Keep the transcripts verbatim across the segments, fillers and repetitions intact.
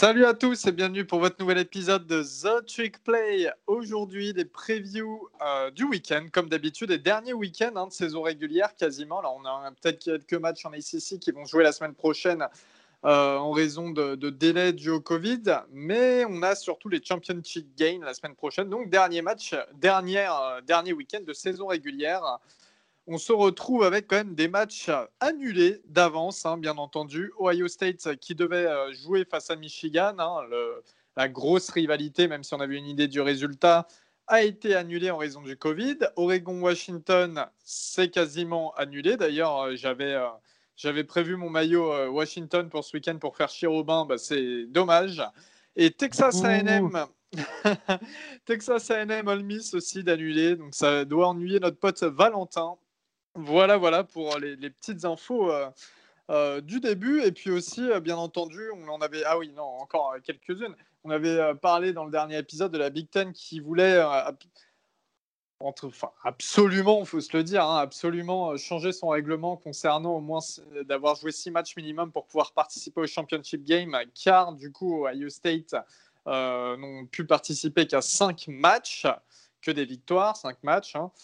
Salut à tous et bienvenue pour votre nouvel épisode de The Trick Play. Aujourd'hui, des previews euh, du week-end, comme d'habitude, et dernier week-end hein, de saison régulière quasiment. Alors, on a peut-être quelques matchs en A C C qui vont jouer la semaine prochaine euh, en raison de, de délai dû au Covid, mais on a surtout les Championship Games la semaine prochaine. Donc, dernier match, dernière, euh, dernier week-end de saison régulière. On se retrouve avec quand même des matchs annulés d'avance, hein, bien entendu. Ohio State qui devait euh, jouer face à Michigan, hein, le, la grosse rivalité, même si on avait une idée du résultat, a été annulée en raison du Covid. Oregon-Washington, c'est quasiment annulé. D'ailleurs, euh, j'avais, euh, j'avais prévu mon maillot euh, Washington pour ce week-end pour faire chier Robin, bah, c'est dommage. Et Texas A and M, Texas A and M Ole Miss aussi d'annuler, donc ça doit ennuyer notre pote Valentin. Voilà, voilà pour les, les petites infos euh, euh, du début. Et puis aussi, euh, bien entendu, on en avait. Ah oui, non, encore euh, quelques-unes. On avait euh, parlé dans le dernier épisode de la Big Ten qui voulait, euh, entre, enfin, absolument, il faut se le dire, hein, absolument euh, changer son règlement concernant au moins euh, d'avoir joué six matchs minimum pour pouvoir participer au Championship Game, car du coup, Ohio State euh, n'ont pu participer qu'à cinq matchs, que des victoires, cinq matchs. Hein.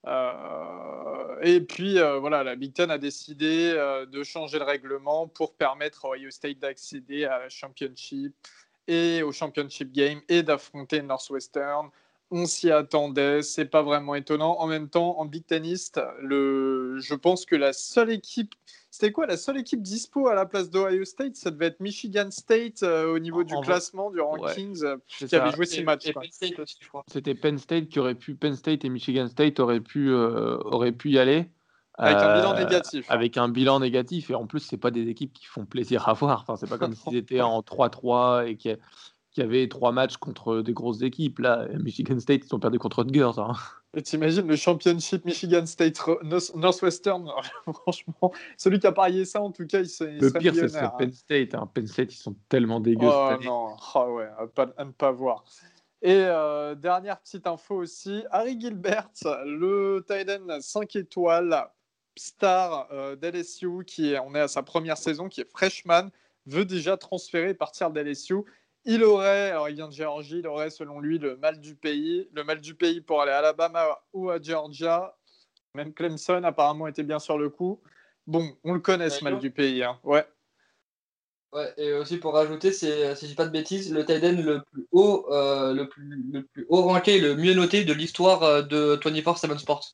Euh, et puis euh, voilà, la Big Ten a décidé euh, de changer le règlement pour permettre à Ohio State d'accéder à la Championship et au Championship Game et d'affronter Northwestern. On s'y attendait, c'est pas vraiment étonnant. En même temps, en Big Ten East, le... je pense que la seule équipe, c'était quoi la seule équipe dispo à la place d'Ohio State, ça devait être Michigan State euh, au niveau En, du en classement, du ouais, rankings, euh, c'est qui avait ça. joué six Et, matchs. et Quoi. Penn State aussi, je crois. C'était Penn State qui aurait pu, Penn State et Michigan State auraient pu, euh, auraient pu y aller Avec un bilan euh, négatif. Hein. avec un bilan négatif. Et en plus, c'est pas des équipes qui font plaisir à voir. Enfin, c'est pas comme s'ils étaient en trois trois et qu'il y avait trois matchs contre des grosses équipes. Là, Michigan State, ils ont perdu contre Rutgers. Hein. Et t'imagines le championship Michigan State Northwestern, franchement, celui qui a parié ça, en tout cas, il, serait, il Le serait pire, ce serait millionnaire. Penn Hein. State. Hein. Penn State, ils sont tellement dégueux cette Oh année. non, oh, ouais, à, pas, à ne pas voir. Et euh, dernière petite info aussi, Harry Gilbert, le tight end cinq étoiles, star euh, d'L S U, qui est, on est à sa première saison, qui est freshman, veut déjà transférer et partir d'L S U. Il aurait, alors il vient de Géorgie, il aurait selon lui le mal du pays, le mal du pays pour aller à Alabama ou à Georgia. Même Clemson apparemment était bien sur le coup. Bon, on le connaît ce mal du pays, hein. Ouais. Ouais, et aussi pour rajouter, c'est, si je dis pas de bêtises, le tight end le plus haut, euh, le plus, le plus haut ranké, le mieux noté de l'histoire euh, de vingt-quatre sept Sports.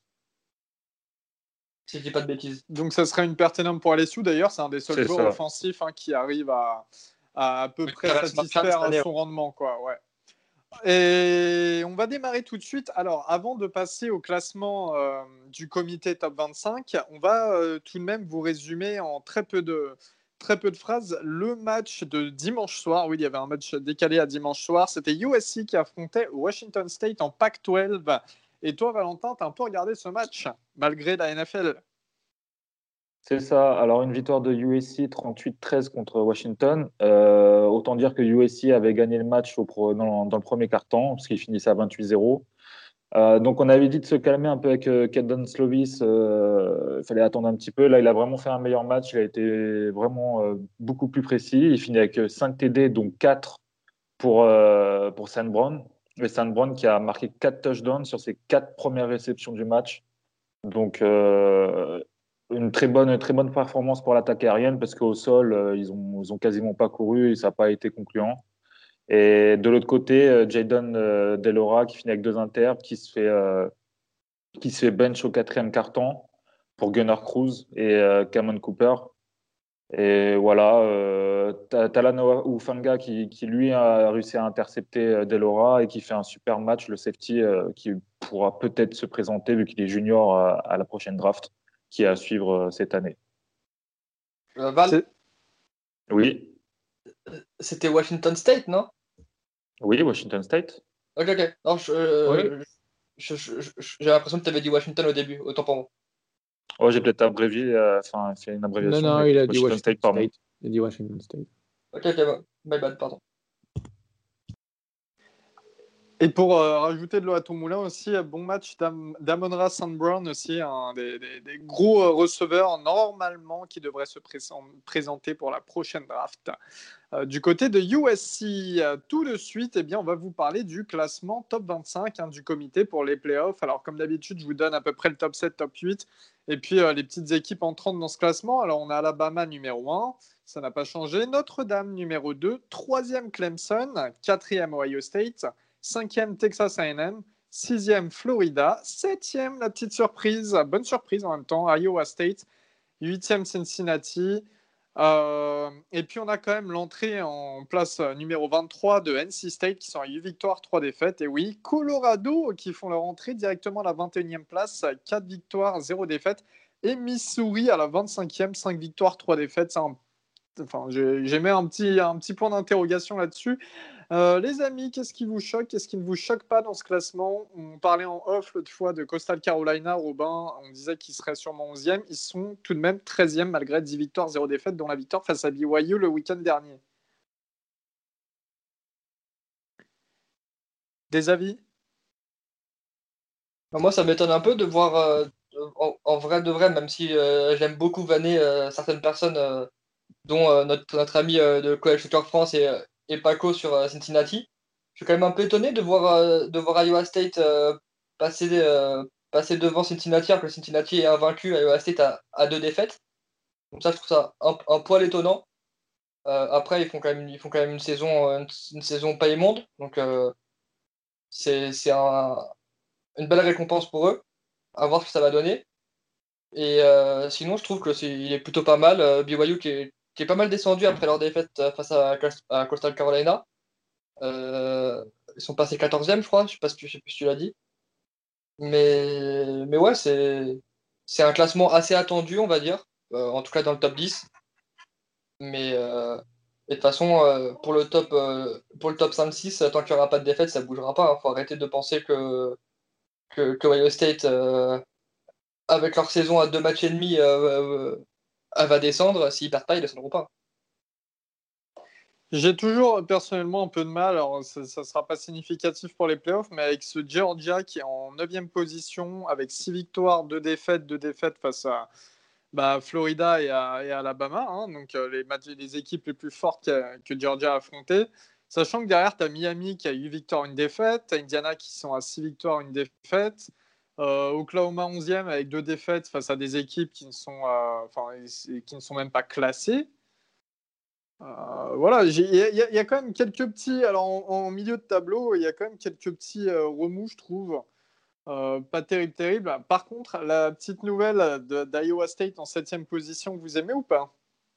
Si je dis pas de bêtises. Donc ça serait une perte énorme pour L S U. D'ailleurs, c'est un des seuls C'est joueurs ça. offensifs hein, qui arrive à, à à peu Oui, près Terrence Marshall, satisfaire cette année, son rendement, quoi. Ouais. Et on va démarrer tout de suite. Alors, avant de passer au classement euh, du comité top vingt-cinq, on va euh, tout de même vous résumer en très peu de très peu de phrases le match de dimanche soir. Oui, il y avait un match décalé à dimanche soir. C'était U S C qui affrontait Washington State en Pac douze. Et toi, Valentin, tu as un peu regardé ce match, malgré la N F L. C'est ça. Alors, une victoire de U S C trente-huit treize contre Washington. Euh, autant dire que U S C avait gagné le match au pro, dans, dans le premier quart-temps, parce qu'il finissait à vingt-huit zéro. Euh, donc, on avait dit de se calmer un peu avec euh, Kedon Slovis. Euh, il fallait attendre un petit peu. Là, il a vraiment fait un meilleur match. Il a été vraiment euh, beaucoup plus précis. Il finit avec cinq T D, donc quatre pour, euh, pour Sam Brown. Et Sam Brown qui a marqué quatre touchdowns sur ses quatre premières réceptions du match. Donc, euh, une très bonne, très bonne performance pour l'attaque aérienne parce qu'au sol, euh, ils ont, ils ont quasiment pas couru et ça n'a pas été concluant. Et de l'autre côté, euh, Jayden euh, Delora qui finit avec deux inters, qui se fait, euh, qui se fait bench au quatrième quart-temps pour Gunnar Cruz et euh, Cameron Cooper. Et voilà, euh, Talanoa Ufanga qui, qui lui a réussi à intercepter euh, Delora et qui fait un super match, le safety euh, qui pourra peut-être se présenter vu qu'il est junior à, à la prochaine draft qui est à suivre euh, cette année. Euh, Val, C'est- Oui, c'était Washington State, non? oui, Washington State. Ok, ok. Non, je, euh, je- je- je- je- j'ai l'impression que tu avais dit Washington au début, autant pour moi. Oh, j'ai peut-être abrévié, euh, enfin fait une Non, abréviation, non, mais il a dit Washington Washington State, pardon. State. Il a dit Washington State. Ok, ok, my bad, pardon. Et pour euh, rajouter de l'eau à ton moulin aussi, un bon match d'Am- d'Amon-Ra Saint Brown aussi, un des, des- des gros euh, receveurs normalement qui devrait se présent- présenter pour la prochaine draft. Euh, du côté de U S C, euh, tout de suite, eh bien, on va vous parler du classement top vingt-cinq hein, du comité pour les playoffs. Alors, comme d'habitude, je vous donne à peu près le top sept, top huit, et puis euh, les petites équipes entrantes dans ce classement. Alors, on a Alabama numéro un, ça n'a pas changé. Notre-Dame numéro deux, troisième Clemson, quatrième Ohio State, cinquième Texas A and M, sixième Florida, septième la petite surprise, bonne surprise en même temps, Iowa State, huitième Cincinnati. Euh, et puis on a quand même l'entrée en place numéro vingt-trois de N C State qui sont à huit victoires, trois défaites. Et oui, Colorado qui font leur entrée directement à la vingt et unième place, quatre victoires, zéro défaite. Et Missouri à la vingt-cinquième, cinq victoires, trois défaites. C'est un Enfin, j'ai mis un petit, un petit point d'interrogation là-dessus. Euh, les amis, qu'est-ce qui vous choque, qu'est-ce qui ne vous choque pas dans ce classement? On parlait en off l'autre fois de Coastal Carolina, Robin, on disait qu'ils seraient sûrement onzième. Ils sont tout de même treizième malgré dix victoires, zéro défaite, dont la victoire face à B Y U le week-end dernier. Des avis? Moi, ça m'étonne un peu de voir, euh, en, en vrai de vrai, même si euh, j'aime beaucoup vanner euh, certaines personnes, euh, dont euh, notre, notre ami euh, de College Soccer France et, euh, et Paco sur euh, Cincinnati. Je suis quand même un peu étonné de voir, euh, de voir Iowa State euh, passer, euh, passer devant Cincinnati, alors que Cincinnati est invaincu, Iowa State a, a deux défaites. Donc ça, je trouve ça un, un poil étonnant. Euh, après, ils font quand même, ils font quand même une saison, euh, une, une saison pas immonde. Donc euh, c'est, c'est un- une belle récompense pour eux. À voir ce que ça va donner. Et euh, sinon, je trouve que c'est, il est plutôt pas mal. Euh, B Y U qui est, qui est pas mal descendu après leur défaite euh, face à, Cas- à Coastal Carolina. Euh, ils sont passés quatorzième, je crois. Je sais pas si tu, je sais plus si tu l'as dit. Mais, mais ouais, c'est, c'est un classement assez attendu, on va dire. Euh, en tout cas dans le top dix. Mais euh, et de toute façon, euh, pour le top, euh, pour le top cinq six, tant qu'il n'y aura pas de défaite, ça bougera pas. Il faut arrêter de penser que, que, que Ohio State, euh, avec leur saison à deux matchs et demi, euh, euh, elle va descendre. S'ils perdent pas, ils descendront pas. J'ai toujours personnellement un peu de mal, alors ça ne sera pas significatif pour les playoffs, mais avec ce Georgia qui est en neuvième position, avec six victoires, deux défaites, deux défaites face à bah, Florida et, à, et à Alabama, hein, donc euh, les, matchs, les équipes les plus fortes que, que Georgia a affrontées. Sachant que derrière, tu as Miami qui a huit victoires, une défaite, tu as Indiana qui sont à six victoires, une défaite, euh, Oklahoma onzième avec deux défaites face à des équipes qui ne sont, euh, enfin, qui ne sont même pas classées. Euh, voilà, il y, y, y, a quand même quelques petits. Alors, en, en, milieu de tableau, il y a quand même quelques petits euh, remous, je trouve. Euh, pas terrible, terrible. Par contre, la petite nouvelle d'Iowa State en septième position, vous aimez ou pas?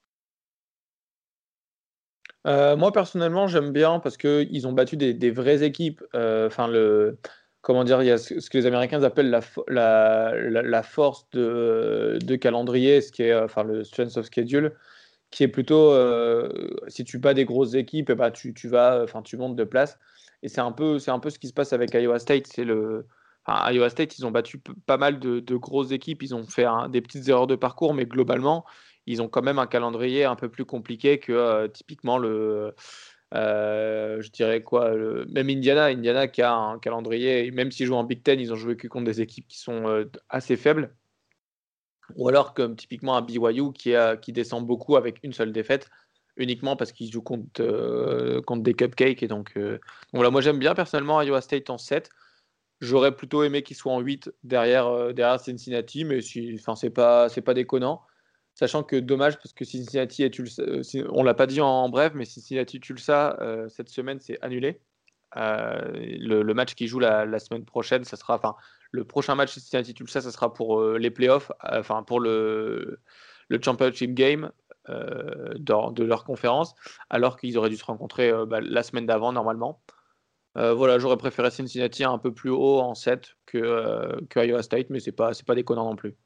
Euh, moi, personnellement, j'aime bien parce qu'ils ont battu des, des vraies équipes. Euh, Enfin, le, comment dire, il y a ce, ce que les Américains appellent la, fo- la, la, la force de, de calendrier, ce qui est, euh, enfin, le strength of schedule, qui est plutôt, euh, si tu bats des grosses équipes, eh ben, tu, tu vas, enfin, tu montes de place. Et c'est un peu, c'est un peu ce qui se passe avec Iowa State. C'est le, enfin, Iowa State, ils ont battu p- pas mal de, de grosses équipes. Ils ont fait un- des petites erreurs de parcours, mais globalement, ils ont quand même un calendrier un peu plus compliqué que euh, typiquement le, euh, je dirais quoi, le- même Indiana, Indiana qui a un calendrier, et même s'ils jouent en Big Ten, ils ont joué que contre des équipes qui sont euh, assez faibles. Ou alors comme typiquement un B Y U qui, a, qui descend beaucoup avec une seule défaite, uniquement parce qu'il joue contre, euh, contre des cupcakes. Et donc, euh, donc voilà, moi j'aime bien personnellement Iowa State en sept. J'aurais plutôt aimé qu'il soit en huit derrière, euh, derrière Cincinnati, mais si, enfin, c'est pas, c'est pas déconnant. Sachant que dommage, parce que Cincinnati, et Tulsa, euh, si- on l'a pas dit en, en bref, mais Cincinnati Tulsa, euh, cette semaine, c'est annulé. Euh, le, le match qui joue la, la semaine prochaine, ça sera, enfin, le prochain match Cincinnati Tulsa, ça sera pour euh, les playoffs, euh, enfin, pour le, le championship game euh, de, de leur conférence, alors qu'ils auraient dû se rencontrer euh, bah, la semaine d'avant, normalement. Euh, voilà, j'aurais préféré Cincinnati un peu plus haut en sept que, euh, que Iowa State, mais c'est pas, c'est pas déconnant non plus.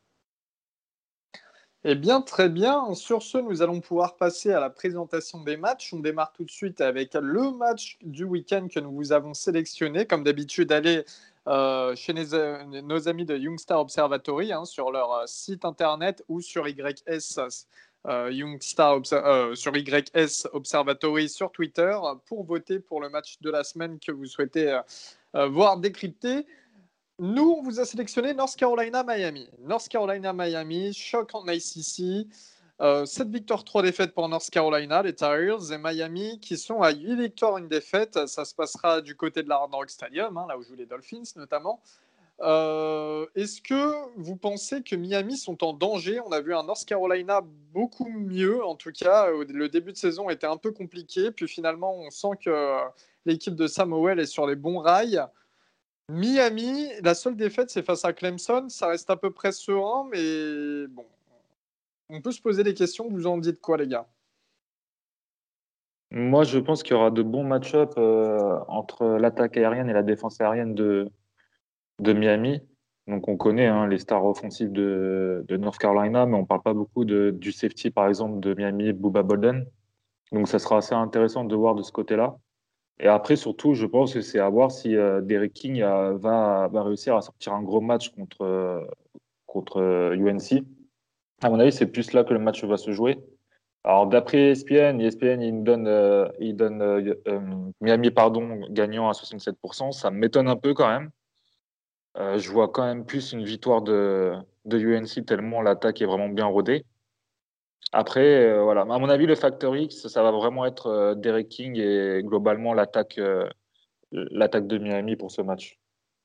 Eh bien, très bien. Sur ce, nous allons pouvoir passer à la présentation des matchs. On démarre tout de suite avec le match du week-end que nous vous avons sélectionné. Comme d'habitude, allez, euh, chez nos, nos amis de Youngstar Observatory, hein, sur leur euh, site internet ou sur Y S, euh, Youngstar Obs- euh, sur Y S Observatory sur Twitter pour voter pour le match de la semaine que vous souhaitez euh, euh, voir décrypté. Nous, on vous a sélectionné North Carolina-Miami. North Carolina-Miami, choc en A C C. Euh, sept victoires, trois défaites pour North Carolina, les Tar Heels, et Miami qui sont à huit victoires, une défaite. Ça se passera du côté de la Hard Rock Stadium, hein, là où jouent les Dolphins notamment. Euh, est-ce que vous pensez que Miami sont en danger? On a vu un North Carolina beaucoup mieux, en tout cas. Le début de saison était un peu compliqué, puis finalement, on sent que l'équipe de Sam Howell est sur les bons rails. Miami, la seule défaite, c'est face à Clemson. Ça reste à peu près serein, mais bon, on peut se poser des questions. Vous en dites quoi, les gars? Moi, je pense qu'il y aura de bons match-up euh, entre l'attaque aérienne et la défense aérienne de, de Miami. Donc, on connaît hein, les stars offensives de, de North Carolina, mais on parle pas beaucoup de, du safety, par exemple, de Miami, Booba Bolden. Donc, ça sera assez intéressant de voir de ce côté-là. Et après, surtout, je pense que c'est à voir si euh, Derek King euh, va, va réussir à sortir un gros match contre, euh, contre euh, U N C. À mon avis, c'est plus là que le match va se jouer. Alors, d'après E S P N, E S P N, il donne, euh, il donne euh, euh, Miami pardon, gagnant à soixante-sept pour cent. Ça m'étonne un peu quand même. Euh, je vois quand même plus une victoire de, de U N C tellement l'attaque est vraiment bien rodée. Après, euh, voilà. À mon avis, le facteur X, ça va vraiment être euh, Derek King et globalement l'attaque euh, l'attaque de Miami pour ce match.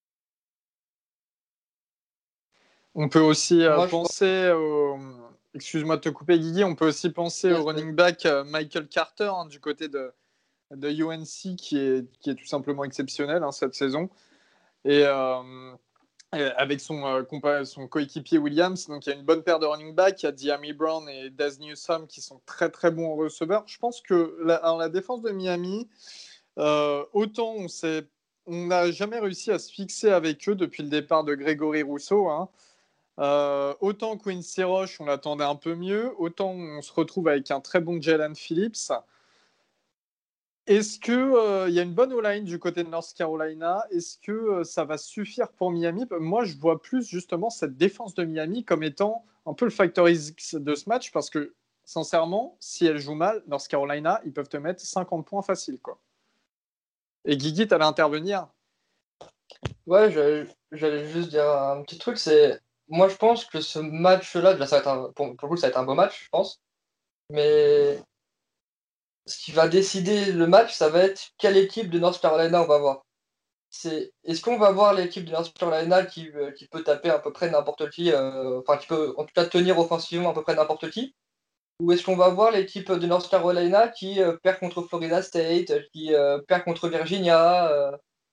On peut aussi euh, Moi, je pense. penser au... Excuse-moi de te couper, Guigui. On peut aussi penser au Yes, running back euh, Michael Carter, hein, du côté de, de U N C qui est, qui est tout simplement exceptionnel, hein, cette saison. Et euh, avec son, euh, compa- son coéquipier Williams, donc il y a une bonne paire de running backs. Il y a Diami Brown et Daz Newsome qui sont très très bons receveurs. Je pense que la, alors, la défense de Miami, euh, autant on s'est on n'a jamais réussi à se fixer avec eux depuis le départ de Grégory Rousseau, hein. Euh, autant Quincy Roche, on l'attendait un peu mieux, autant on se retrouve avec un très bon Jalen Phillips. Est-ce qu'il euh, y a une bonne O-line du côté de North Carolina? Est-ce que euh, ça va suffire pour Miami? Moi, je vois plus justement cette défense de Miami comme étant un peu le factor X de ce match parce que, sincèrement, si elle joue mal, North Carolina, ils peuvent te mettre cinquante points facile, quoi. Et Guigui, tu allais intervenir? Ouais, j'allais j'allais juste dire un petit truc, c'est. Moi, je pense que ce match-là, déjà, ça va être un... pour, pour le coup, ça va être un beau match, je pense. Mais ce qui va décider le match, ça va être quelle équipe de North Carolina on va voir. C'est est-ce qu'on va voir l'équipe de North Carolina qui, euh, qui peut taper à peu près n'importe qui, euh, enfin qui peut en tout cas tenir offensivement à peu près n'importe qui, ou est-ce qu'on va voir l'équipe de North Carolina qui euh, perd contre Florida State, qui euh, perd contre Virginia, euh,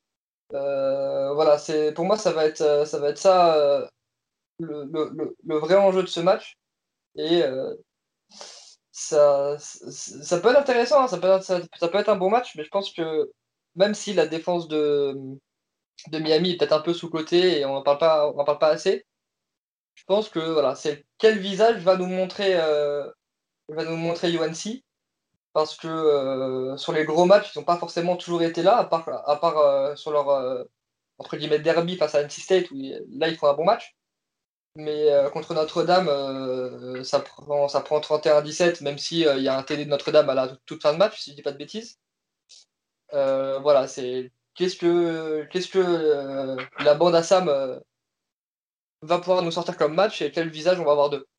euh, voilà, c'est pour moi ça va être euh, ça va être ça euh, le, le, le, le vrai enjeu de ce match et euh, ça, ça ça peut être intéressant, hein, ça peut être, ça, ça peut être un bon match, mais je pense que même si la défense de de Miami est peut-être un peu sous-coté et on n'en parle pas, on en parle pas assez. Je pense que voilà, c'est quel visage va nous montrer, euh, va nous montrer U N C parce que euh, sur les gros matchs, ils n'ont pas forcément toujours été là, à part, à part euh, sur leur euh, entre guillemets derby face à N C State où ils- là ils font un bon match. Mais euh, contre Notre-Dame, euh, ça prend, ça prend trente et un à dix-sept, même si euh, il y a un T D de Notre-Dame à la toute fin de match, si je dis pas de bêtises. Euh, voilà, c'est qu'est-ce que qu'est-ce que euh, la bande à Sam euh, va pouvoir nous sortir comme match et quel visage on va avoir d'eux.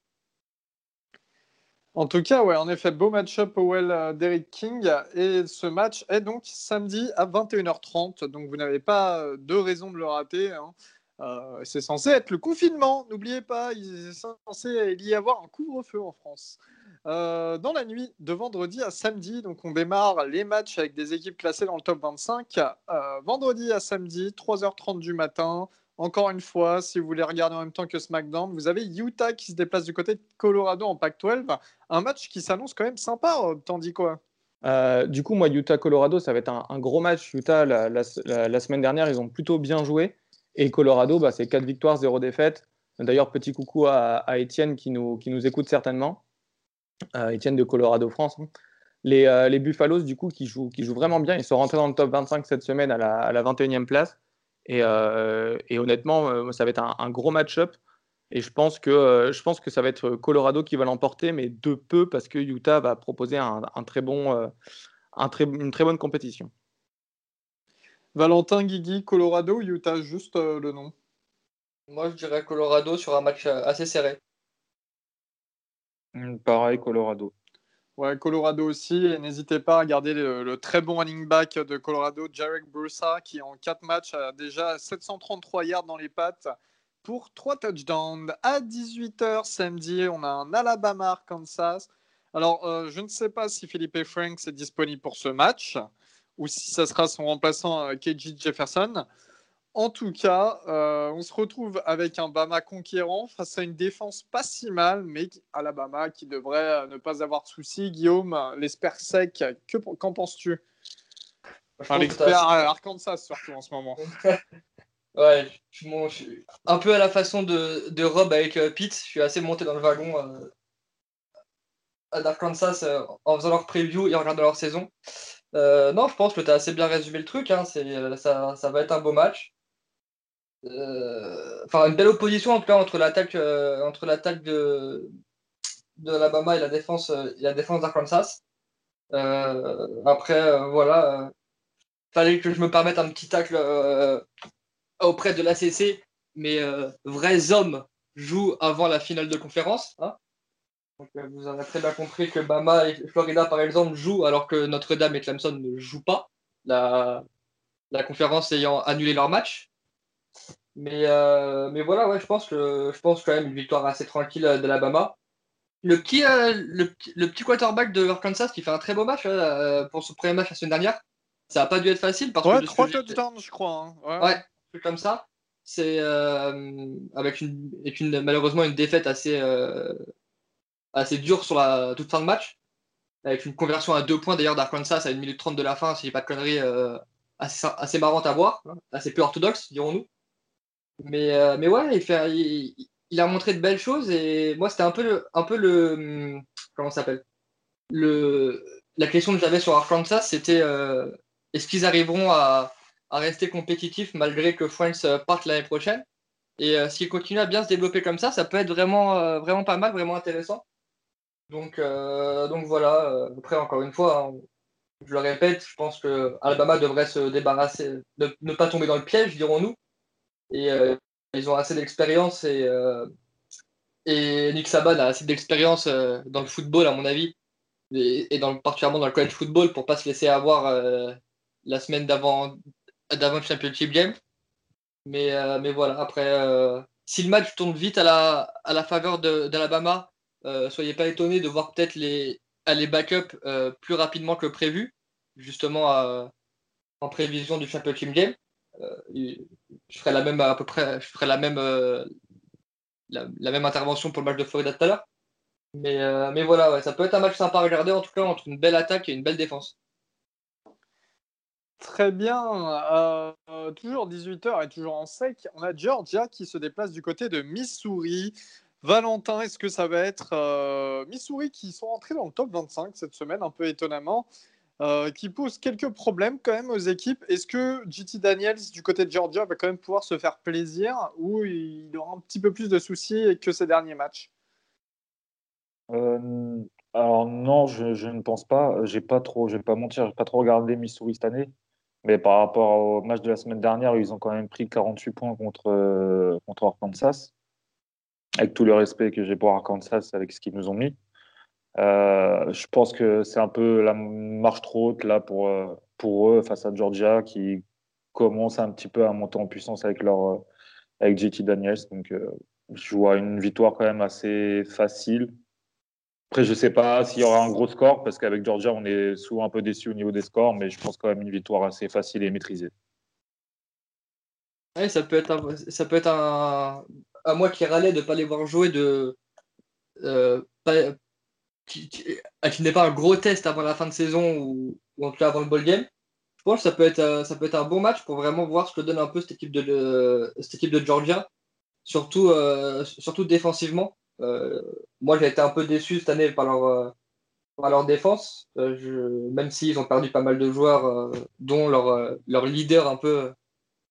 En tout cas, ouais, en effet, beau match-up Powell-Derrick King. Et ce match est donc samedi à vingt et une heures trente. Donc, vous n'avez pas de raison de le rater, hein. Euh, c'est censé être le confinement. N'oubliez pas, il est censé y avoir un couvre-feu en France. Euh, dans la nuit de vendredi à samedi, donc on démarre les matchs avec des équipes classées dans le top vingt-cinq. Euh, vendredi à samedi, trois heures trente du matin. Encore une fois, si vous voulez regarder en même temps que SmackDown, vous avez Utah qui se déplace du côté de Colorado en Pac douze. Un match qui s'annonce quand même sympa, t'en dis quoi? Euh, du coup, moi, Utah-Colorado, ça va être un, un gros match. Utah, la, la, la, la semaine dernière, ils ont plutôt bien joué. Et Colorado, bah, c'est quatre victoires, zéro défaite. D'ailleurs, petit coucou à, à Étienne qui nous, qui nous écoute certainement. Euh, Étienne de Colorado France, hein. Les, euh, les Buffaloes, du coup, qui jouent, qui jouent vraiment bien. Ils sont rentrés dans le top vingt-cinq cette semaine à la, à la vingt et unième place. Et, euh, et honnêtement, euh, ça va être un, un gros match-up. Et je pense, que, euh, je pense que ça va être Colorado qui va l'emporter, mais de peu parce que Utah va proposer un, un très bon, euh, un très, une très bonne compétition. Valentin, Guigui, Colorado, Utah, juste euh, le nom. Moi, je dirais Colorado sur un match euh, assez serré. Mm, Pareil, Colorado. Ouais, Colorado aussi. Et n'hésitez pas à regarder le, le très bon running back de Colorado, Jarek Bursa, qui en quatre matchs a déjà sept cent trente-trois yards dans les pattes pour trois touchdowns. À dix-huit heures samedi, on a un Alabama-Arkansas. Alors, euh, je ne sais pas si Philippe Franks est disponible pour ce match ou si ça sera son remplaçant euh, K J Jefferson. En tout cas, euh, on se retrouve avec un Bama conquérant face à une défense pas si mal, mais Alabama qui devrait euh, ne pas avoir de soucis. Guillaume, l'expert sec, que, qu'en penses-tu? Je Enfin, trouve que l'expert t'as... Arkansas surtout en ce moment. Ouais, je, bon, je suis un peu à la façon de, de Rob avec euh, Pete. Je suis assez monté dans le wagon euh, d'Arkansas euh, en faisant leur preview et en regardant leur saison. Euh, non, je pense que tu as assez bien résumé le truc. Hein. C'est, euh, ça, ça va être un beau match. Euh, Enfin, une belle opposition en tout cas entre l'attaque euh, entre l'attaque de, de l'Alabama et la défense euh, et la défense d'Arkansas. Euh, après, euh, voilà, euh, fallait que je me permette un petit tacle euh, auprès de l'A C C. Mais euh, vrais hommes jouent avant la finale de conférence. Hein. Donc, euh, vous avez très bien compris que Bama et Florida, par exemple, jouent alors que Notre-Dame et Clemson ne jouent pas. La, la conférence ayant annulé leur match. Mais, euh, mais voilà, ouais, je pense que je pense quand même une victoire assez tranquille euh, de l'Alabama. Le petit, euh, le, petit- le petit quarterback de Arkansas qui fait un très beau match euh, pour son premier match la semaine dernière. Ça n'a pas dû être facile parce que Ouais, de ce que trois j'ai. touchdowns, je crois. Hein. Ouais, Ouais, ouais. un truc comme ça. C'est euh, avec une, avec une malheureusement une défaite assez, euh, assez dure sur la toute fin de match. Avec une conversion à deux points d'ailleurs d'Arkansas à une minute trente de la fin, si j'ai pas de conneries, euh, assez, assez marrante à voir, hein, assez peu orthodoxe, dirons-nous. Mais, euh, mais ouais, il, fait, il, il a montré de belles choses et moi, c'était un peu le, un peu le hum, comment ça s'appelle? Le, la question que j'avais sur Arkansas, c'était euh, est-ce qu'ils arriveront à, à rester compétitifs malgré que France euh, parte l'année prochaine? Et euh, s'ils continuent à bien se développer comme ça, ça peut être vraiment, euh, vraiment pas mal, vraiment intéressant. Donc, euh, donc voilà, euh, après, encore une fois, hein, je le répète, je pense que Alabama devrait se débarrasser, ne, ne pas tomber dans le piège, dirons-nous. Et euh, ils ont assez d'expérience et, euh, et Nick Saban a assez d'expérience euh, dans le football, à mon avis, et, et dans, le- particulièrement dans le college football, pour pas se laisser avoir euh, la semaine d'avant d'avant le Championship Game. Mais, euh, mais voilà, après, euh, si le match tourne vite à la, à la faveur de- d'Alabama, euh, soyez pas étonnés de voir peut-être les, les backups euh, plus rapidement que prévu, justement euh, en prévision du Championship Game. Euh, je ferai la même à peu près, je ferai la même, euh, la, la même intervention pour le match de Florida tout à l'heure. Mais, euh, mais voilà, ouais, ça peut être un match sympa à regarder, en tout cas, entre une belle attaque et une belle défense. Très bien. Euh, euh, toujours dix-huit heures et toujours en sec. On a Georgia qui se déplace du côté de Missouri. Valentin, est-ce que ça va être euh, Missouri qui sont entrés dans le top vingt-cinq cette semaine, un peu étonnamment, euh, qui pose quelques problèmes quand même aux équipes. Est-ce que J T Daniels du côté de Georgia va quand même pouvoir se faire plaisir ou il aura un petit peu plus de soucis que ses derniers matchs? Euh, alors non, je, je ne pense pas. J'ai pas trop, je vais pas mentir, j'ai pas trop regardé Missouri cette année. Mais par rapport au match de la semaine dernière, ils ont quand même pris quarante-huit points contre, euh, contre Arkansas. Avec tout le respect que j'ai pour Arkansas, avec ce qu'ils nous ont mis. Euh, je pense que c'est un peu la marche trop haute là pour, euh, pour eux face à Georgia qui commence un petit peu à monter en puissance avec leur euh, avec J T Daniels. Donc euh, je vois une victoire quand même assez facile. Après, je sais pas s'il y aura un gros score parce qu'avec Georgia, on est souvent un peu déçu au niveau des scores, mais je pense quand même une victoire assez facile et maîtrisée. Ouais, ça peut être un, ça peut être un, à moi qui râlais de ne pas les voir jouer, de, euh, pas- qui, qui, ah, qui n'est pas un gros test avant la fin de saison ou, ou en tout cas avant le ball game. Je pense que ça peut être, euh, ça peut être un bon match pour vraiment voir ce que donne un peu cette équipe de, de- cette équipe de Georgia, surtout, euh, surtout défensivement. Euh, moi, j'ai été un peu déçu cette année par leur, euh, par leur défense, euh, je, même s'ils ont perdu pas mal de joueurs, euh, dont leur, euh, leur leader un peu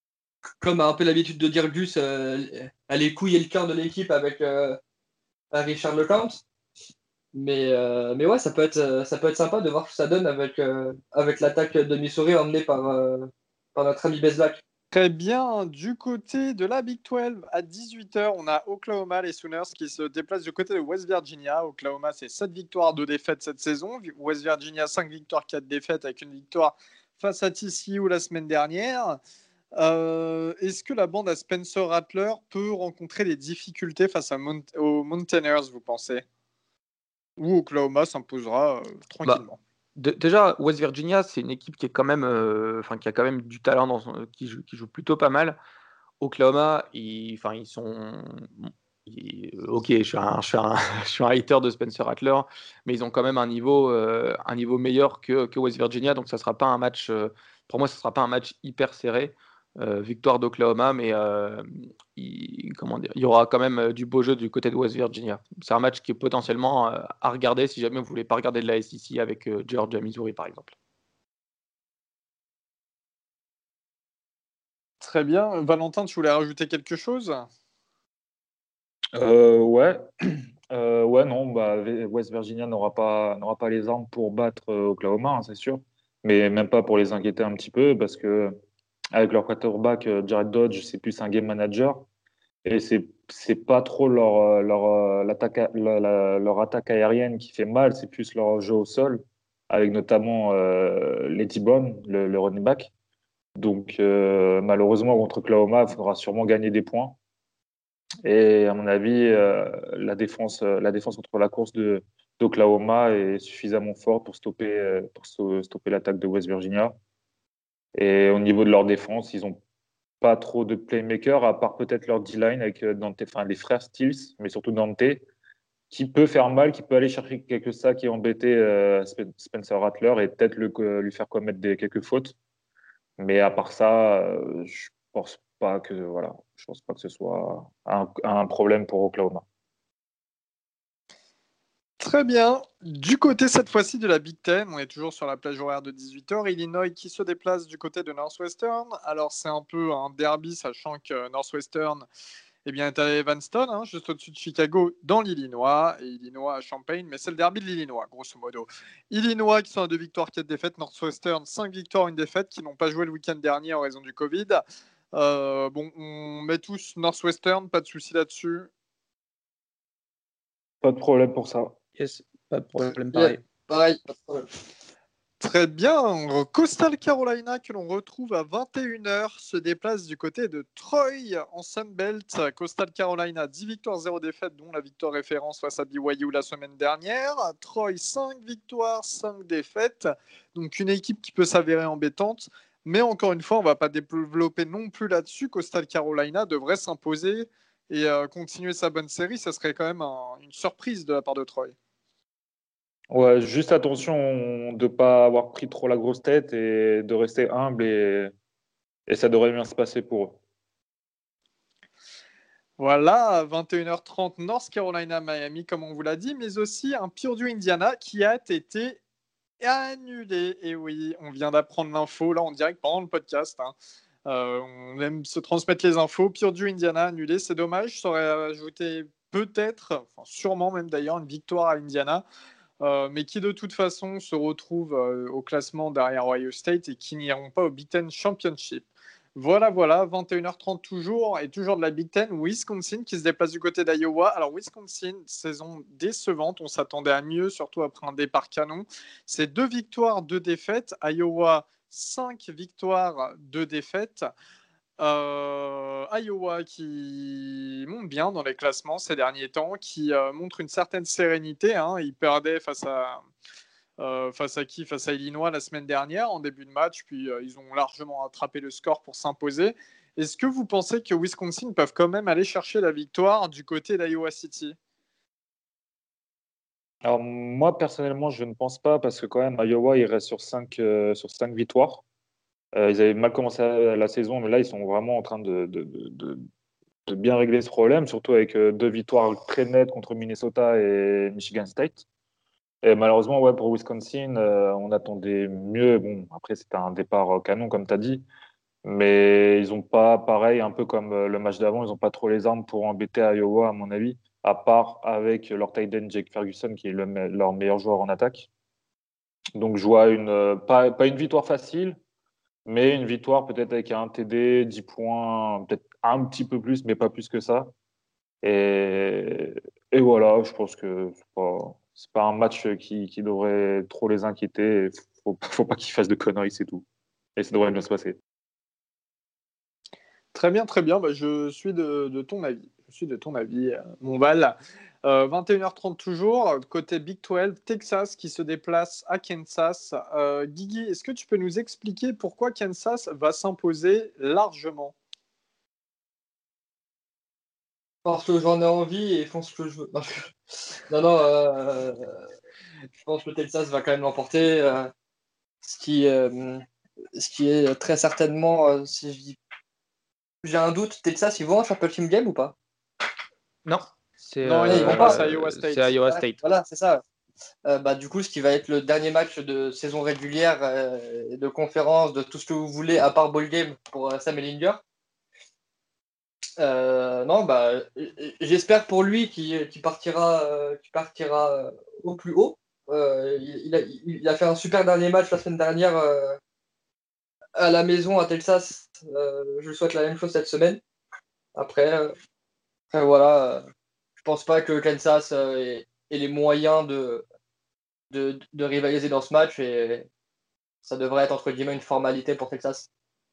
comme a un peu l'habitude de dire Gus, euh, aller couiller le cœur de l'équipe avec euh, Richard LeCount. Mais, euh, mais ouais, ça peut être, ça peut être sympa de voir ce que ça donne avec, euh, avec l'attaque de Missouri emmenée par, euh, par notre ami Bezlak. Très bien. Du côté de la Big douze, à dix-huit heures, on a Oklahoma, les Sooners, qui se déplacent du côté de West Virginia. Oklahoma, c'est sept victoires, deux défaites cette saison. West Virginia, cinq victoires, quatre défaites, avec une victoire face à T C U la semaine dernière. Euh, est-ce que la bande à Spencer Rattler peut rencontrer des difficultés face à Mount- aux Mountaineers, vous pensez? Ou Oklahoma s'imposera euh, Bah, tranquillement? de- déjà, West Virginia, c'est une équipe qui est quand même, euh, enfin, qui a quand même du talent, dans son- qui, joue, qui joue plutôt pas mal. Oklahoma, ils, enfin, ils sont. ils- ok, je suis, un, je, suis un, je suis un hater de Spencer Rattler, mais ils ont quand même un niveau, euh, un niveau meilleur que, que West Virginia, donc ça sera pas un match. euh, pour moi, ce sera pas un match hyper serré. Euh, victoire d'Oklahoma, mais euh, il, comment dire, il y aura quand même euh, du beau jeu du côté de West Virginia. C'est un match qui est potentiellement euh, à regarder si jamais vous voulez pas regarder de la S E C avec euh, Georgia, Missouri, par exemple. Très bien. Valentin, tu voulais rajouter quelque chose? Euh, ouais. Euh, ouais, non, bah, West Virginia n'aura pas, n'aura pas les armes pour battre euh, Oklahoma, hein, c'est sûr. Mais même pas pour les inquiéter un petit peu, parce que avec leur quarterback, euh, Jared Dodge, c'est plus un game manager. Et c'est, c'est pas trop leur, euh, leur, euh, l'attaque, a- la- la- leur attaque aérienne qui fait mal, c'est plus leur jeu au sol, avec notamment euh, Letty Brown, le, le running back. Donc, euh, malheureusement, contre Oklahoma, il faudra sûrement gagner des points. Et à mon avis, euh, la défense, euh, la défense contre la course de d'Oklahoma est suffisamment forte pour stopper, euh, pour sto- stopper l'attaque de West Virginia. Et au niveau de leur défense, ils ont pas trop de playmakers, à part peut-être leur D-line avec euh, Dante, enfin les frères Stills, mais surtout Dante, qui peut faire mal, qui peut aller chercher quelques sacs et embêter euh, Spen- Spencer Rattler et peut-être le- euh, lui faire commettre des, quelques fautes. Mais à part ça, euh, je pense pas que voilà, je pense pas que ce soit un, un problème pour Oklahoma. Très bien. Du côté cette fois-ci de la Big Ten, on est toujours sur la plage horaire de dix-huit heures. Illinois qui se déplace du côté de Northwestern. Alors c'est un peu un derby, sachant que Northwestern eh bien, est à Evanston, hein, juste au-dessus de Chicago, dans l'Illinois, et Illinois à Champaign, mais c'est le derby de l'Illinois, grosso modo. Illinois qui sont à deux victoires, quatre défaites. Northwestern, cinq victoires, une défaite, qui n'ont pas joué le week-end dernier en raison du Covid. Euh, bon, on met tous Northwestern, pas de souci là-dessus. Pas de problème pour ça. Yes, pas de problème, Yeah, pareil. pareil, pas de problème. Très bien. Coastal Carolina, que l'on retrouve à vingt et une heures, se déplace du côté de Troy en Sunbelt. Coastal Carolina, dix victoires, zéro défaite, dont la victoire référence face à B Y U la semaine dernière. Troy, cinq victoires, cinq défaites. Donc une équipe qui peut s'avérer embêtante. Mais encore une fois, on ne va pas développer non plus là-dessus. Coastal Carolina devrait s'imposer et euh, continuer sa bonne série. Ça serait quand même un- une surprise de la part de Troy. Ouais, juste attention de ne pas avoir pris trop la grosse tête et de rester humble et, et ça devrait bien se passer pour eux. Voilà, vingt et une heures trente, North Carolina, Miami, comme on vous l'a dit, mais aussi un Purdue, Indiana qui a été annulé. Et oui, on vient d'apprendre l'info là en direct pendant le podcast. Hein. Euh, on aime se transmettre les infos. Purdue, Indiana annulé, c'est dommage. Ça aurait ajouté peut-être, enfin sûrement même d'ailleurs, une victoire à Indiana. Euh, mais qui de toute façon se retrouvent euh, au classement derrière Ohio State et qui n'iront pas au Big Ten Championship. Voilà, voilà, vingt et une heures trente toujours, et toujours de la Big Ten, Wisconsin qui se déplace du côté d'Iowa. Alors Wisconsin, saison décevante, on s'attendait à mieux, surtout après un départ canon. C'est deux victoires, deux défaites. Iowa, cinq victoires, deux défaites. Euh, Iowa qui monte bien dans les classements ces derniers temps, qui euh, montre une certaine sérénité. Hein. Ils perdaient face à, euh, face à qui? Face à Illinois la semaine dernière en début de match, puis euh, ils ont largement attrapé le score pour s'imposer. Est-ce que vous pensez que Wisconsin peuvent quand même aller chercher la victoire du côté d'Iowa City? Alors moi personnellement je ne pense pas parce que quand même Iowa il reste sur cinq euh, sur cinq victoires. Euh, ils avaient mal commencé la, la saison mais là ils sont vraiment en train de, de, de, de- de bien régler ce problème, surtout avec euh, deux victoires très nettes contre Minnesota et Michigan State. Et malheureusement ouais pour Wisconsin euh, on attendait mieux. Bon après c'était un départ euh, canon comme tu as dit. Mais ils n'ont pas, pareil, un peu comme euh, le match d'avant, ils n'ont pas trop les armes pour embêter Iowa, à mon avis, à part avec leur tight end Jake Ferguson, qui est le me- leur meilleur joueur en attaque. Donc, je vois une, euh, pas, pas une victoire facile, mais une victoire peut-être avec un T D, dix points, peut-être un petit peu plus, mais pas plus que ça. Et, et voilà, je pense que c'est pas, c'est pas un match qui, qui devrait trop les inquiéter. Faut, faut pas qu'ils fassent de conneries, c'est tout. Et ça devrait bien se passer. Très bien, très bien. Bah, je suis de, de ton avis. Je suis de ton avis, euh, mon Val. Euh, vingt et une heures trente toujours, côté Big douze, Texas qui se déplace à Kansas. Euh, Guigui, est-ce que tu peux nous expliquer pourquoi Kansas va s'imposer largement? Parce que j'en ai envie et font ce que je veux. Non, je- non, non, euh, je pense que Texas va quand même l'emporter. euh, ce qui, euh, ce qui est très certainement, euh, si je dis, j'ai un doute, Texas, ils vont en Championship Game ou pas? Non, c'est Non, ils ils euh, vont vont face pas. à Iowa c'est State. Iowa Ouais, State. voilà, c'est ça. Euh, bah, du coup, ce qui va être le dernier match de saison régulière, euh, de conférence, de tout ce que vous voulez, à part Ball Game pour euh, Sam Ehlinger. Euh, non, bah, j'espère pour lui qu'il qu'il partira, euh, qu'il partira euh, au plus haut. Euh, il, il a, il a fait un super dernier match la semaine dernière euh, à la maison à Texas. Euh, je lui souhaite la même chose cette semaine. Après, euh, après, voilà, euh, je pense pas que Kansas euh, ait, ait les moyens de, de, de rivaliser dans ce match et ça devrait être entre guillemets une formalité pour Texas.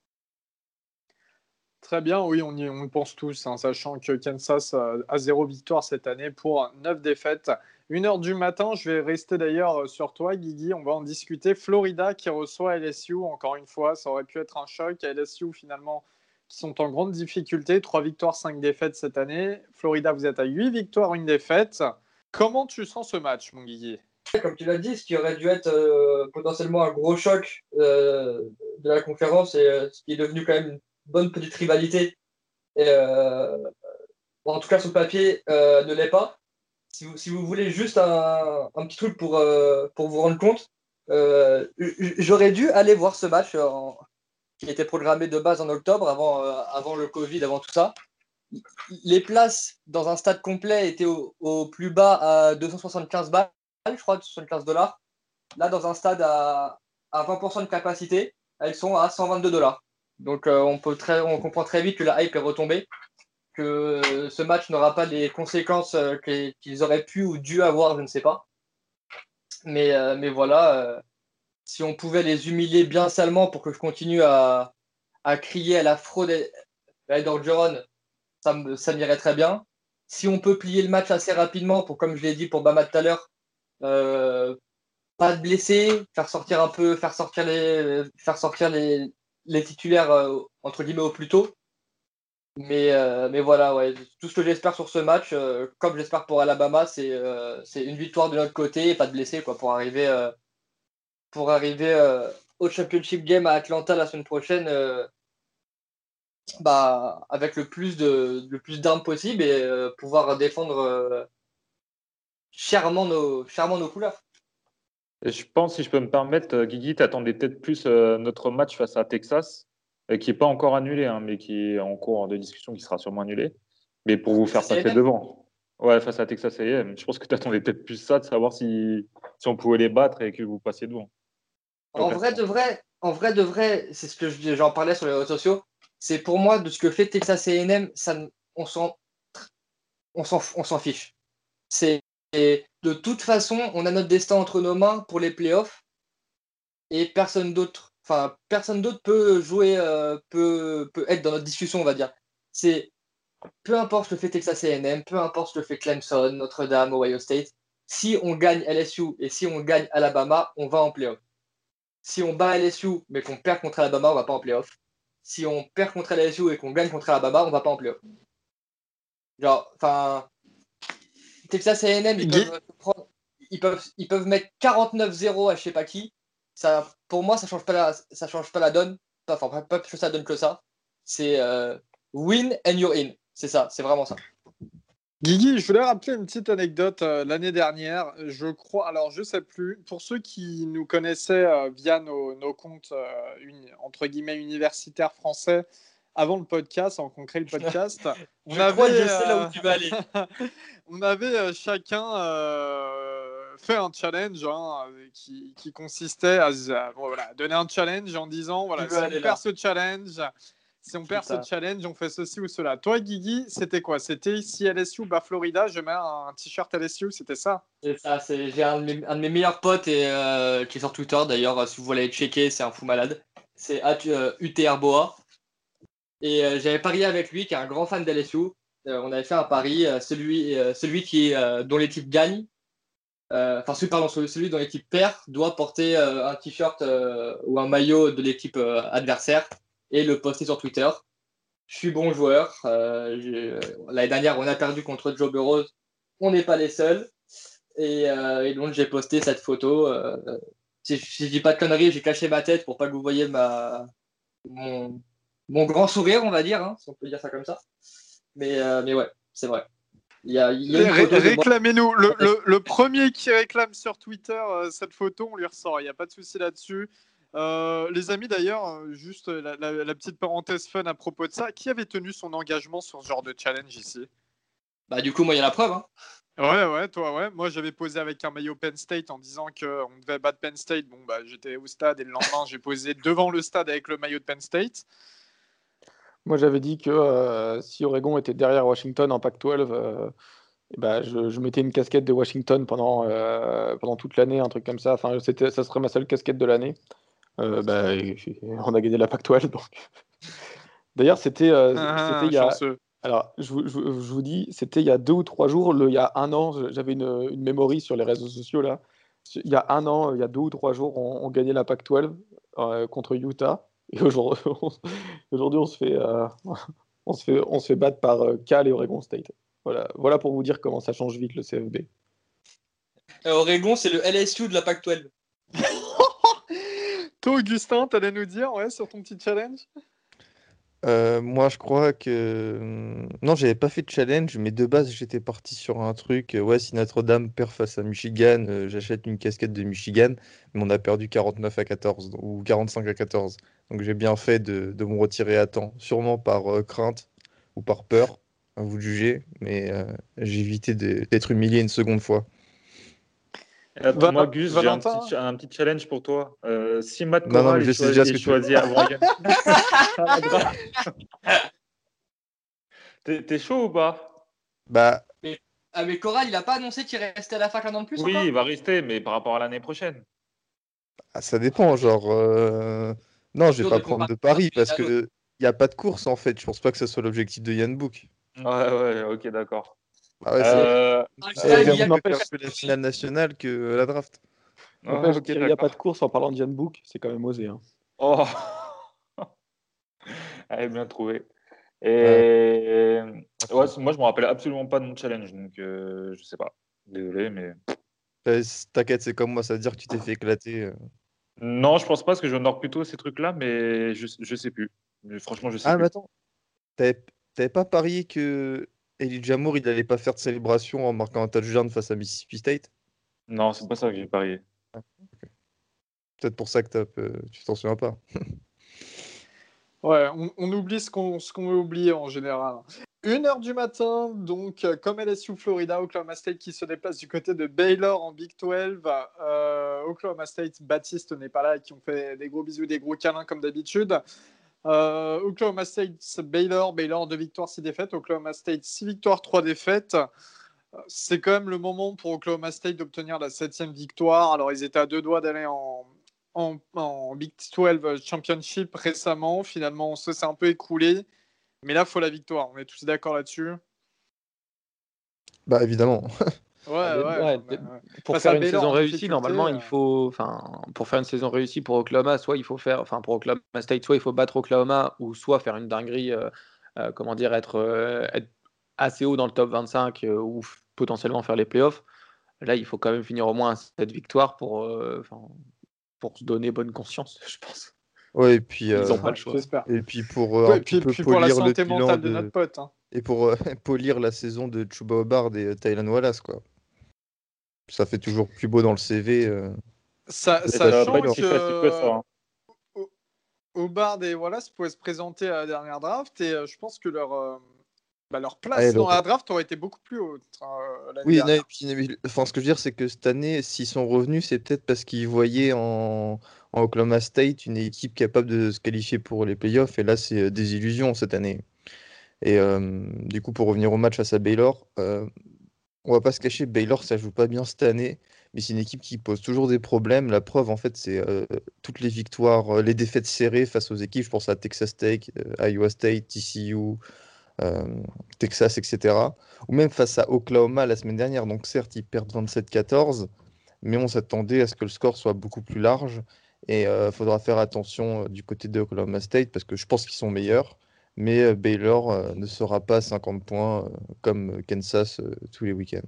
Très bien, oui, on y on le pense tous, hein, sachant que Kansas euh, a zéro victoire cette année pour neuf défaites. Une heure du matin, je vais rester d'ailleurs sur toi, Guigui, on va en discuter. Florida qui reçoit L S U, encore une fois, ça aurait pu être un choc. L S U finalement qui sont en grande difficulté, trois victoires, cinq défaites cette année. Florida, vous êtes à huit victoires, une défaite. Comment tu sens ce match, mon Guigui? Comme tu l'as dit, ce qui aurait dû être euh, potentiellement un gros choc euh, de la conférence et euh, ce qui est devenu quand même une bonne petite rivalité. Et, euh, bon, en tout cas, sur le papier, euh, ne l'est pas. Si vous, si vous voulez juste un, un petit truc pour, euh, pour vous rendre compte, euh, j- j'aurais dû aller voir ce match en- qui était programmé de base en octobre, avant, euh, avant le Covid, avant tout ça. Les places dans un stade complet étaient au, au plus bas à deux cent soixante-quinze balles, je crois, soixante-quinze dollars. Là, dans un stade à, à vingt pour cent de capacité, elles sont à cent vingt-deux dollars. Donc, euh, on, peut très, on comprend très vite que la hype est retombée, que euh, ce match n'aura pas les conséquences euh, qu'ils qu'ils auraient pu ou dû avoir, je ne sais pas. Mais, euh, mais voilà, euh, si on pouvait les humilier bien salement pour que je continue à, à crier à la fraude à Ed Orgeron, ça, me, ça m'irait très bien. Si on peut plier le match assez rapidement, pour, comme je l'ai dit pour Bama tout à l'heure, euh, pas de blessés, faire sortir un peu, faire sortir les, faire sortir les, les titulaires euh, entre guillemets au plus tôt. Mais, euh, mais voilà, ouais, tout ce que j'espère sur ce match, euh, comme j'espère pour Alabama, c'est euh, c'est une victoire de notre côté et pas de blessés quoi, pour arriver, euh, pour arriver euh, au Championship Game à Atlanta la semaine prochaine, euh, bah, avec le plus de le plus d'armes possible et euh, pouvoir défendre euh, chèrement nos, chèrement nos couleurs. Et je pense, si je peux me permettre, euh, Guigui, t'attendais peut-être plus euh, notre match face à Texas, euh, qui n'est pas encore annulé, hein, mais qui est en cours de discussion, qui sera sûrement annulé, mais pour vous faire Texas passer A and M. devant. Ouais, face à Texas A and M. Je pense que tu attendais peut-être plus ça, de savoir si, si on pouvait les battre et que vous passiez devant. En Aucun vrai sens. de vrai, en vrai de vrai, c'est ce que je- j'en parlais sur les réseaux sociaux. C'est pour moi de ce que fait Texas A and M, ça, ne- on s'en, on s'en, on s'en fiche. C'est et de toute façon, on a notre destin entre nos mains pour les playoffs et personne d'autre, enfin personne d'autre peut jouer, euh, peut, peut être dans notre discussion, on va dire. C'est peu importe ce que fait Texas A and M, peu importe ce que fait Clemson, Notre-Dame, Ohio State. Si on gagne L S U et si on gagne Alabama, on va en playoff. Si on bat L S U mais qu'on perd contre Alabama, on va pas en playoff. Si on perd contre L S U et qu'on gagne contre Alabama, on va pas en playoff. Genre, enfin, Texas A and M, ils Guy, peuvent prendre, ils peuvent, ils peuvent mettre quarante-neuf zéro à je sais pas qui. Ça, pour moi, ça change pas la, ça change pas la donne. Enfin, pas, pas plus que ça donne que ça. C'est euh, win and you're in. C'est ça, c'est vraiment ça. Guigui, je voulais rappeler une petite anecdote euh, l'année dernière. Je crois, alors je sais plus, pour ceux qui nous connaissaient euh, via nos, nos comptes euh, uni- entre guillemets universitaires français avant le podcast, avant qu'on crée le podcast, on Je crois que avait, je sais là où euh, tu vas aller. on avait euh, chacun euh, fait un challenge hein, qui, qui consistait à, à, bon, voilà, donner un challenge en disant voilà, Tu veux si on aller perd là. ce challenge, si on perd ce Putain. challenge, on fait ceci ou cela. Toi, Guigui, c'était quoi? C'était si L S U bat Florida, je mets un, un t-shirt L S U, c'était ça? C'est ça, c'est, j'ai un de, mes, un de mes meilleurs potes et, euh, qui est sur Twitter d'ailleurs, euh, si vous voulez aller checker, c'est un fou malade. C'est at, euh, U T R Boa. Et euh, j'avais parié avec lui, qui est un grand fan d'L S U. Euh, on avait fait un pari, euh, celui, euh, celui qui, euh, dont l'équipe gagne, euh, enfin celui, pardon, celui dont l'équipe perd doit porter euh, un t-shirt euh, ou un maillot de l'équipe euh, adversaire et le poster sur Twitter. Je suis bon joueur. Euh, j'ai- L'année dernière, on a perdu contre Joe Burrow. On n'est pas les seuls. Et, euh, et donc, j'ai posté cette photo. Euh, si, si je dis pas de conneries, j'ai caché ma tête pour pas que vous voyez ma, mon, mon grand sourire, on va dire, hein, si on peut dire ça comme ça. Mais, euh, mais ouais, c'est vrai. Il y a, il y a une Ré- photo de moi. Réclamez-nous. Le, le- le premier qui réclame sur Twitter euh, cette photo, on lui ressort. Il n'y a pas de souci là-dessus. Euh, les amis, d'ailleurs, euh, juste la, la- la petite parenthèse fun à propos de ça, qui avait tenu son engagement sur ce genre de challenge ici? Bah, du coup, moi, il y a la preuve. Hein. Ouais, ouais, toi, ouais. Moi, j'avais posé avec un maillot Penn State en disant qu'on devait battre Penn State. Bon, bah, j'étais au stade et le lendemain, j'ai posé devant le stade avec le maillot de Penn State. Moi, j'avais dit que euh, si Oregon était derrière Washington en Pac douze, euh, eh ben, je, je mettais une casquette de Washington pendant, euh, pendant toute l'année, un truc comme ça. Enfin, c'était, ça serait ma seule casquette de l'année. Euh, bah, et- et on a gagné la Pac douze, donc. D'ailleurs, c'était euh, c'était Ah, il y a. chanceux. Alors, je, vous- je vous je vous dis, c'était il y a deux ou trois jours, le, il y a un an, je- j'avais une, une memory sur les réseaux sociaux là. Il y a un an, il y a deux ou trois jours, on, on gagnait la Pac douze euh, contre Utah. Et aujourd'hui, on, aujourd'hui, on se fait, euh, on se fait, on se fait battre par euh, Cal et Oregon State. Voilà, voilà pour vous dire comment ça change vite le C F B. Euh, Oregon, c'est le L S U de la Pac douze. Toi, Augustin, t'allais nous dire, ouais, sur ton petit challenge? Euh, moi, je crois que... hum, Non, j'avais pas fait de challenge, mais de base, j'étais parti sur un truc. euh, Ouais, si Notre-Dame perd face à Michigan, euh, j'achète une casquette de Michigan, mais on a perdu quarante-neuf à quatorze ou quarante-cinq à quatorze. Donc j'ai bien fait de, de me retirer à temps, sûrement par euh, crainte ou par peur, à vous de juger, mais euh, j'ai évité de- d'être humilié une seconde fois. Et attends, Val- moi, Gus, j'ai un Valentin? petit, un petit challenge pour toi. Euh, si Matt Non, non, Corral mais est, je sais choi- déjà ce est que tu choisi avant Yann... Ah, grave. T'es t'es chaud ou pas? Bah, Mais, ah, mais Coral, il a pas annoncé qu'il restait à la fac un an de plus Oui, encore? il va rester, mais par rapport à l'année prochaine. ah, ça dépend, genre... euh, Non, je vais Sûr pas de prendre comparer de pari l'une parce à l'autre. que il n'y a pas de course en fait. Je pense pas que ce soit l'objectif de Yann Book. Ouais, ouais, ok, d'accord. Ah ouais, c'est Euh, plus Eh, Einstein, Yann il y a Book n'empêche- que la finale nationale que euh, la draft. ouais, N'empêche, ok, dire il n'y a pas de d'accord. course en parlant de Jan Book, c'est quand même osé. Hein. Oh, elle est bien trouvée. Ouais. Et ouais, moi, je me rappelle absolument pas de mon challenge, donc euh, je sais pas. Désolé, mais Euh, c- T'inquiète, c'est comme moi, ça veut dire que tu t'es fait éclater. euh. non, je pense pas parce que j'honore plutôt ces trucs-là, mais je, je sais plus. Mais franchement, je sais Ah, mais plus. attends, t'avais t'avais pas parié que Elijah Moore, il allait pas faire de célébration en marquant un touchdown face à Mississippi State? Non, c'est pas ça que j'ai parié. Peut-être pour ça que t'as, euh, tu t'en souviens pas. Ouais, on, on oublie ce qu'on ce qu'on veut oublier en général. Une heure du matin, donc euh, comme L S U Florida, Oklahoma State qui se déplace du côté de Baylor en Big douze. Euh, Oklahoma State, Baptiste n'est pas là, qui ont fait des gros bisous, des gros câlins comme d'habitude. Euh, Oklahoma State, Baylor, Baylor deux victoires, six défaites. Oklahoma State, six victoires, trois défaites. C'est quand même le moment pour Oklahoma State d'obtenir la septième victoire. Alors ils étaient à deux doigts d'aller en, en, en Big douze Championship récemment. Finalement, ça s'est un peu écroulé. Mais là, il faut la victoire. On est tous d'accord là-dessus. Bah évidemment. Ouais, Ah, mais- ouais. ouais, non, mais, d- ouais. Pour Face faire à une Baylor saison en réussie, difficulté, normalement, euh, il faut, enfin, pour faire une saison réussie pour Oklahoma, soit il faut faire, enfin, pour Oklahoma State, soit il faut battre Oklahoma, ou soit faire une dinguerie, euh, euh, comment dire, être, euh, être assez haut dans le top vingt-cinq, euh, ou f- potentiellement faire les playoffs. Là, il faut quand même finir au moins à cette victoire pour, euh, enfin, pour se donner bonne conscience, je pense. Ouais, et puis, Ils euh, n'ont pas ouais, le choix. j'espère. et puis pour euh, Ouais, un et petit puis, peu puis pour la polir le santé bilan mentale de de. notre pote. Hein. et pour euh, polir la saison de Chuba Hubbard et euh, Tylan Wallace, quoi. Ça fait toujours plus beau dans le C V. euh, Ça, d'être Et ça va passé pas sachant être Baylor. si facile que ça. que hein. Hu- Hubbard et Wallace pouvaient se présenter à la dernière draft et euh, je pense que leur, euh, bah, leur Ah, et place dans leur- la draft aurait été beaucoup plus haute euh, l'année Oui, non, et dernière. puis, mais, enfin, ce que je veux dire, c'est que cette année, s'ils sont revenus, c'est peut-être parce qu'ils voyaient en, en Oklahoma State une équipe capable de se qualifier pour les playoffs. Et là, c'est euh, des illusions cette année. Et euh, du coup, pour revenir au match face à Baylor, euh, on va pas se cacher, Baylor, ça joue pas bien cette année, mais c'est une équipe qui pose toujours des problèmes. La preuve, en fait, c'est euh, toutes les victoires, euh, les défaites serrées face aux équipes. Je pense à Texas Tech, euh, Iowa State, T C U, euh, Texas, et cetera. Ou même face à Oklahoma la semaine dernière. Donc certes, ils perdent vingt-sept quatorze, mais on s'attendait à ce que le score soit beaucoup plus large. Et il faudra faire attention euh, du côté de Oklahoma State parce que je pense qu'ils sont meilleurs. Mais euh, Baylor euh, ne sera pas à cinquante points euh, comme Kansas euh, tous les week-ends.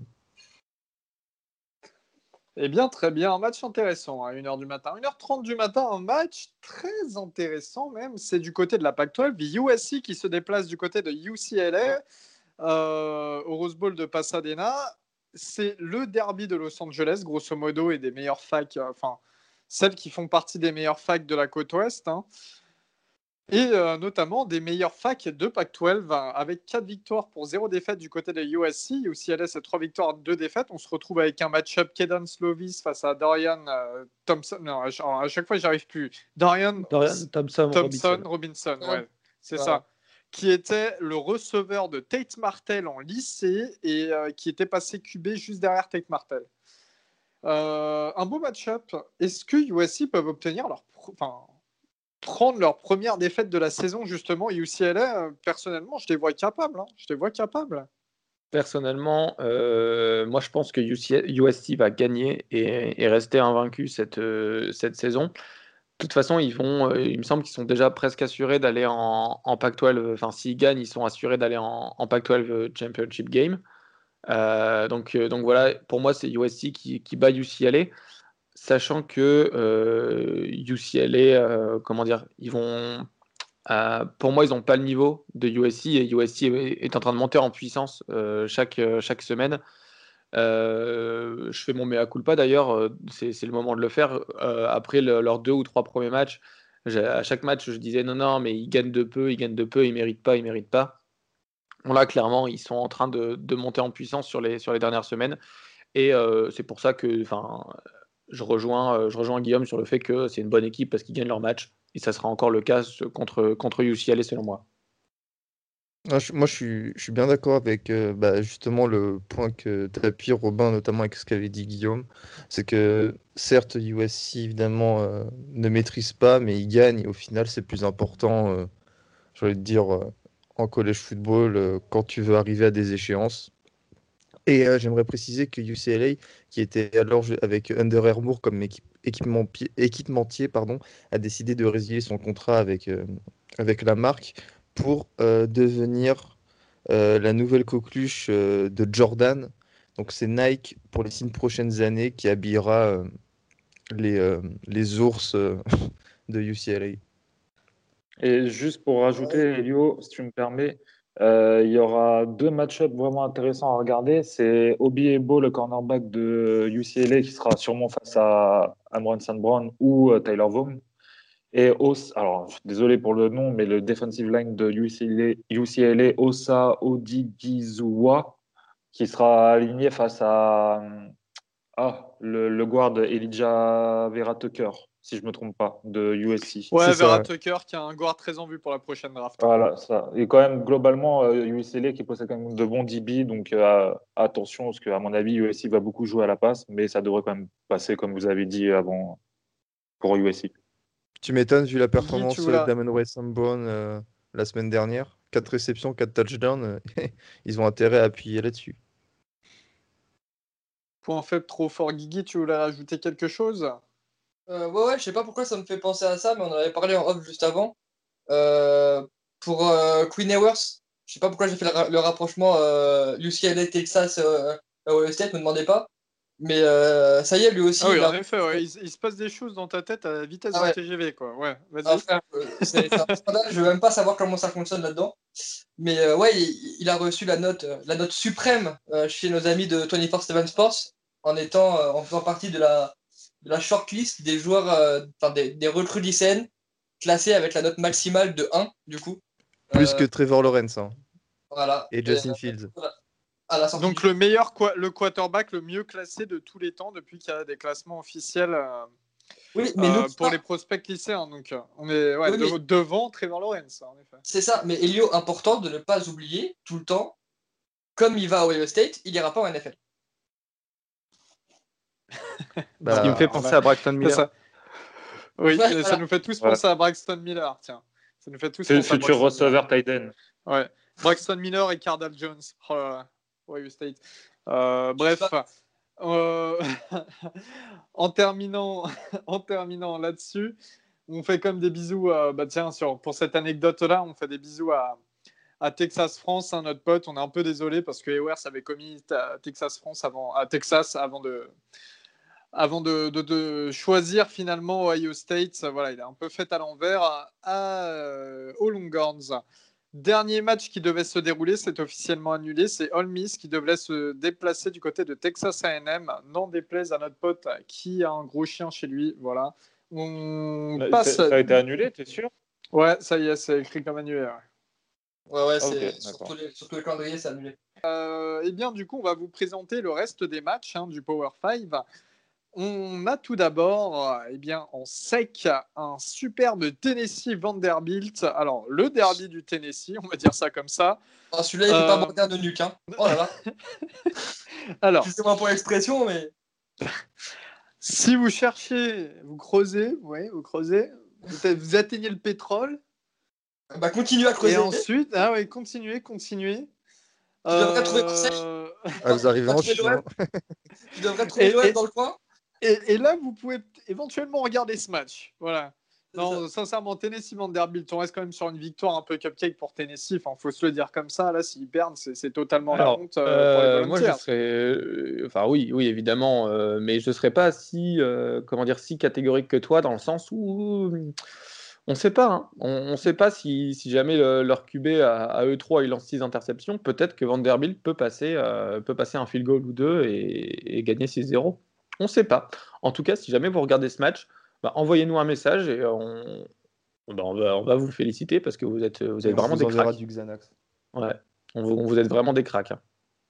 Eh bien, très bien, un match intéressant à une heure du matin. une heure trente du matin, un match très intéressant même. C'est du côté de la Pac douze, U S C qui se déplace du côté de U C L A euh, au Rose Bowl de Pasadena. C'est le derby de Los Angeles, grosso modo, et des meilleures facs, euh, enfin, celles qui font partie des meilleures facs de la côte ouest. Hein. Et euh, notamment des meilleures facs de Pac douze, hein, avec quatre victoires pour zéro défaite du côté de U S C. U C L A, c'est trois victoires, deux défaites. On se retrouve avec un match-up Kedan Slovis face à Dorian euh, Thompson. Non, à, à chaque fois, j'arrive plus. Dorian Dorian Thompson Thompson Robinson. Robinson, Ouais. ouais, c'est Voilà. ça. Qui était le receveur de Tate Martell en lycée et euh, qui était passé Q B juste derrière Tate Martell. Euh, un beau match-up. Est-ce que U S C peuvent obtenir leur, pro- enfin, prendre leur première défaite de la saison justement? U C L A, euh, personnellement, je les vois capables. Hein. Je les vois capables. Personnellement, euh, moi je pense que U C U S C va gagner et, et rester invaincu cette, euh, cette saison. De toute façon, ils vont, euh, il me semble qu'ils sont déjà presque assurés d'aller en, en Pac douze. euh, Enfin, s'ils gagnent, ils sont assurés d'aller en, en Pac douze euh, Championship Game. Euh, donc, euh, donc voilà, pour moi, c'est U S C qui, qui bat U C L A, sachant que euh, U C L A, euh, comment dire, ils vont. Euh, pour moi, ils n'ont pas le niveau de U S C et U S C est, est en train de monter en puissance euh, chaque, euh, chaque semaine. Euh, je fais mon mea culpa d'ailleurs, euh, c'est, c'est le moment de le faire. Euh, après le- leurs deux ou trois premiers matchs, j'ai- à chaque match, je disais non, non, mais ils gagnent de peu, ils gagnent de peu, ils méritent pas, ils méritent pas. Bon, là, clairement, ils sont en train de, de monter en puissance sur les, sur les dernières semaines. Et euh, c'est pour ça que enfin, je rejoins, euh, je rejoins Guillaume sur le fait que c'est une bonne équipe parce qu'ils gagnent leur match. Et ça sera encore le cas contre, contre U C L A selon moi. Ah, je- moi, je suis, je suis bien d'accord avec euh, bah, justement le point que tu appuies, Robin, notamment avec ce qu'avait dit Guillaume. C'est que certes, U S C, évidemment, euh, ne maîtrise pas, mais il gagne. Et au final, c'est plus important, euh, j'ai envie de dire, euh, en college football, euh, quand tu veux arriver à des échéances. Et euh, j'aimerais préciser que U C L A, qui était alors je- avec Under Armour comme équipe, équipement, équipementier, pardon, a décidé de résilier son contrat avec, euh, avec la marque pour euh, devenir euh, la nouvelle coqueluche euh, de Jordan. Donc c'est Nike pour les six prochaines années qui habillera euh, les, euh, les ours euh, de U C L A. Et juste pour rajouter, Elio, si tu me permets, euh, il y aura deux match-ups vraiment intéressants à regarder. C'est Obi Ebo, le cornerback de U C L A, qui sera sûrement face à Amon Saint Brown ou euh, Tyler Vaughn. Et Os, alors désolé pour le nom, mais le defensive line de U C L A, U C L A Osa Odigizua, qui sera aligné face à ah, le, le guard Elijah Vera Tucker, si je ne me trompe pas, de U S C. C'est Ouais, Vera ça. Tucker qui a un guard très en vue pour la prochaine draft. Hein. Voilà, ça. Et quand même, globalement, euh, U S L A qui possède quand même de bons D B, donc euh, attention, parce qu'à mon avis, U S C va beaucoup jouer à la passe, mais ça devrait quand même passer, comme vous avez dit avant, pour U S C. Tu m'étonnes vu la Guy, tu performance voulais... d'Amon Saint Brown euh, la semaine dernière. Quatre réceptions, quatre touchdowns. euh, Ils ont intérêt à appuyer là-dessus. Point faible trop fort, Guigui, tu voulais rajouter quelque chose? Euh, ouais, ouais, je sais pas pourquoi ça me fait penser à ça, mais on en avait parlé en off juste avant. Euh, pour euh, Queen Ewers, je sais pas pourquoi j'ai fait le, ra- le rapprochement euh, U C L A, Texas, euh, Ohio State, me demandez pas. Mais euh, ça y est, lui aussi. Ah oui, il a- en effet, ouais, il, il se passe des choses dans ta tête à la vitesse Ah d'un ouais. T G V, quoi. Ouais, Ah, vas-y. frère, euh, c'est c'est un scandale, je veux même pas savoir comment ça fonctionne là-dedans. Mais euh, ouais, il, il a reçu la note, euh, la note suprême euh, chez nos amis de vingt-quatre seven Sports en étant, euh, en faisant partie de la, de la shortlist des joueurs, euh, enfin des, des recrues lycéennes classés avec la note maximale de un, du coup. Plus Euh, que Trevor Lawrence hein, voilà. et Et, Justin euh, Fields. voilà. À la sortie Donc du... le meilleur, qua- le quarterback le mieux classé de tous les temps depuis qu'il y a des classements officiels euh, Oui, mais euh, n'oublie pour pas. les prospects lycéens. Donc euh, on est ouais, Oui, mais de- devant Trevor Lawrence, en effet. c'est ça. Mais Elio, important de ne pas oublier tout le temps, comme il va à Ohio State, il ira pas en N F L. Ce qui me Non, fait Bah, penser là, à Braxton là, Miller. ça, oui, Ouais, et ça voilà. nous fait tous Ouais. penser à Braxton Miller, tiens. Ça nous fait tous Fu- penser à Futur Braxton Miller. receveur Tiden. Ouais. Braxton Miller et Cardale Jones. Oh là là. Ohio State. Euh, bref. Euh, en terminant, en terminant là-dessus, on fait comme des bisous. À, bah tiens, sur, pour cette anecdote-là, on fait des bisous à, à Texas France, hein, notre pote. On est un peu désolé parce que Ewers avait commis à Texas France avant, à Texas avant de, avant de, de, de choisir finalement Ohio State. Voilà, il a un peu fait à l'envers à, à, euh, aux Longhorns. Dernier match qui devait se dérouler, c'est officiellement annulé. C'est Ole Miss qui devait se déplacer du côté de Texas A and M. N'en déplaise à notre pote qui a un gros chien chez lui. Voilà. On Bah, passe. c'est- Ça a été annulé, t'es sûr? Ouais, ça y est, c'est écrit comme annulé. Ouais. Ouais, ouais, Ah, ok, c'est d'accord. surtout les, surtout les calendriers, c'est annulé. Euh, eh bien, du coup, on va vous présenter le reste des matchs hein, du Power five. On a tout d'abord, euh, eh bien, en sec, un superbe Tennessee Vanderbilt. Alors, le derby du Tennessee, on va dire ça comme ça. Oh, celui-là, il fait Euh, pas border de nuque. Hein. Oh là là. Alors, Excusez-moi pour l'expression, mais. si vous cherchez, vous creusez, oui, vous creusez, vous, vous atteignez le pétrole, Bah, continue à et creuser. ensuite, ah ouais, continuez, continuez. Tu devrais trouver Marseille. Euh, ah, vous arrivez Va en trouver l'O M. chiant. Tu devrais trouver Et- l'O M et- dans le coin. Et, et là, vous pouvez éventuellement regarder ce match. Voilà. C'est Non, sincèrement, Tennessee Vanderbilt, on reste quand même sur une victoire un peu cupcake pour Tennessee. Enfin, faut se le dire comme ça. Là, s'ils perdent, c'est, c'est totalement la Alors, honte euh, pour les euh, moi, je Volunteers. serais, euh, enfin oui, oui, évidemment, euh, mais je ne serais pas si, euh, comment dire, si catégorique que toi dans le sens où euh, on ne sait pas, hein. on ne sait pas si, si jamais le- leur Q B à, à eux trois il lance six interceptions, peut-être que Vanderbilt peut passer, euh, peut passer un field goal ou deux et, et gagner six zéro. On ne sait pas. En tout cas, si jamais vous regardez ce match, bah, envoyez-nous un message et on, bah, on va, on va vous féliciter parce que vous êtes, vous Et êtes on vraiment vous des enverra cracks. du Xanax. Ouais. On, vous- on vous êtes vraiment des cracks, hein.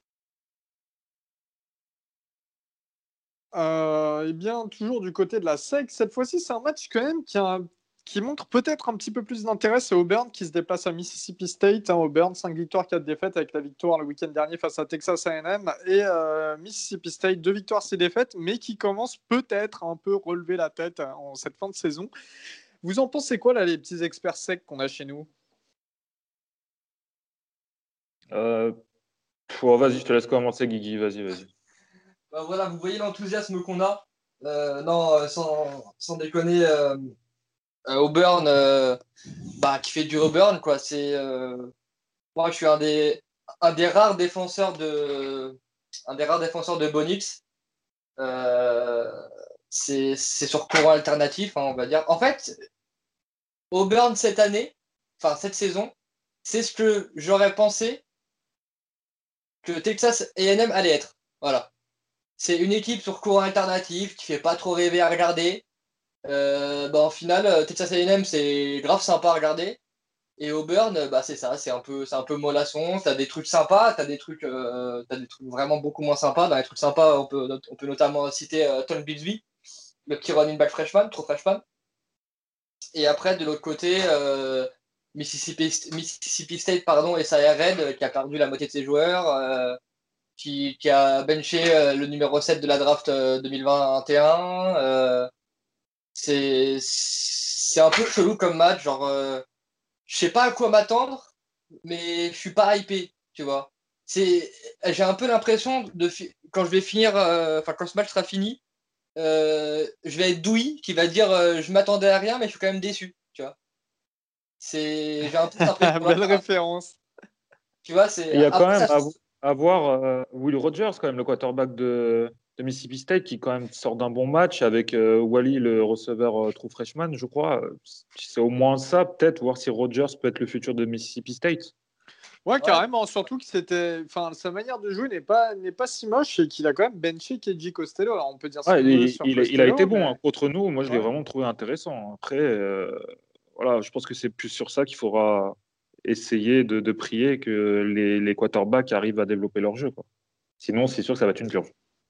Euh, eh bien, toujours du côté de la S E C, cette fois-ci, c'est un match quand même qui, a- qui montre peut-être un petit peu plus d'intérêt. C'est Auburn qui se déplace à Mississippi State. Hein, Auburn, cinq victoires, quatre défaites, avec la victoire le week-end dernier face à Texas A and M. Et euh, Mississippi State, deux victoires, six défaites, mais qui commence peut-être à un peu relever la tête hein, en cette fin de saison. Vous en pensez quoi, là, les petits experts secs qu'on a chez nous? Euh, pff, oh, vas-y, je te laisse commencer, Guigui. Vas-y, vas-y. Bah, voilà, vous voyez l'enthousiasme qu'on a. Euh, non, euh, sans, sans déconner, euh, euh, Auburn, euh, bah, qui fait du Auburn, quoi. C'est, euh, moi, je suis un des, un des rares défenseurs de, un des rares défenseurs de Bonix. Euh, c'est, c'est sur courant alternatif, hein, on va dire. En fait, Auburn cette année, enfin cette saison, c'est ce que j'aurais pensé que Texas A and M allait être. Voilà. C'est une équipe sur courant alternatif qui fait pas trop rêver à regarder. Euh, bah, en finale, Texas A and M, c'est grave sympa à regarder. Et Auburn, bah, c'est ça, c'est un peu, c'est un peu mollasson. T'as des trucs sympas, t'as des trucs, euh, t'as des trucs vraiment beaucoup moins sympas. Dans les trucs sympas, on peut, on peut notamment citer euh, Tom Bixby, le petit running back freshman, trop freshman. Et après, de l'autre côté, euh, Mississippi, Mississippi State pardon, et Sahara Red, qui a perdu la moitié de ses joueurs, euh, qui, qui a benché euh, le numéro sept de la draft euh, deux mille vingt et un. Euh, c'est, c'est un peu chelou comme match. Genre, euh, je sais pas à quoi m'attendre, mais je suis pas hypé, tu vois. C'est, j'ai un peu l'impression de fi- quand je vais finir, euh, enfin quand ce match sera fini, euh, je vais être douille qui va dire euh, je m'attendais à rien, mais je suis quand même déçu, tu vois. C'est, j'ai un peu cette impression-là. Belle référence. Tu vois, c'est Il y a quand après même ça. à, vo- à voir euh, Will Rogers, quand même, le quarterback de, de Mississippi State qui quand même sort d'un bon match avec euh, Wally, le receveur euh, true freshman, je crois. C'est au moins ça, peut-être, voir si Rogers peut être le futur de Mississippi State. Ouais, Ouais. carrément. Surtout que c'était, enfin, sa manière de jouer n'est pas, n'est pas si moche et qu'il a quand même benché Keiji Costello. Alors, on peut dire ce Ouais, qu'on veut il, sur il a, il a Costello, été bon mais- hein. Contre nous, moi je l'ai Ouais. vraiment trouvé intéressant. Après, euh, voilà, je pense que c'est plus sur ça qu'il faudra essayer de, de prier que les, les quarterbacks arrivent à développer leur jeu, quoi. Sinon, c'est sûr que ça va être une purge.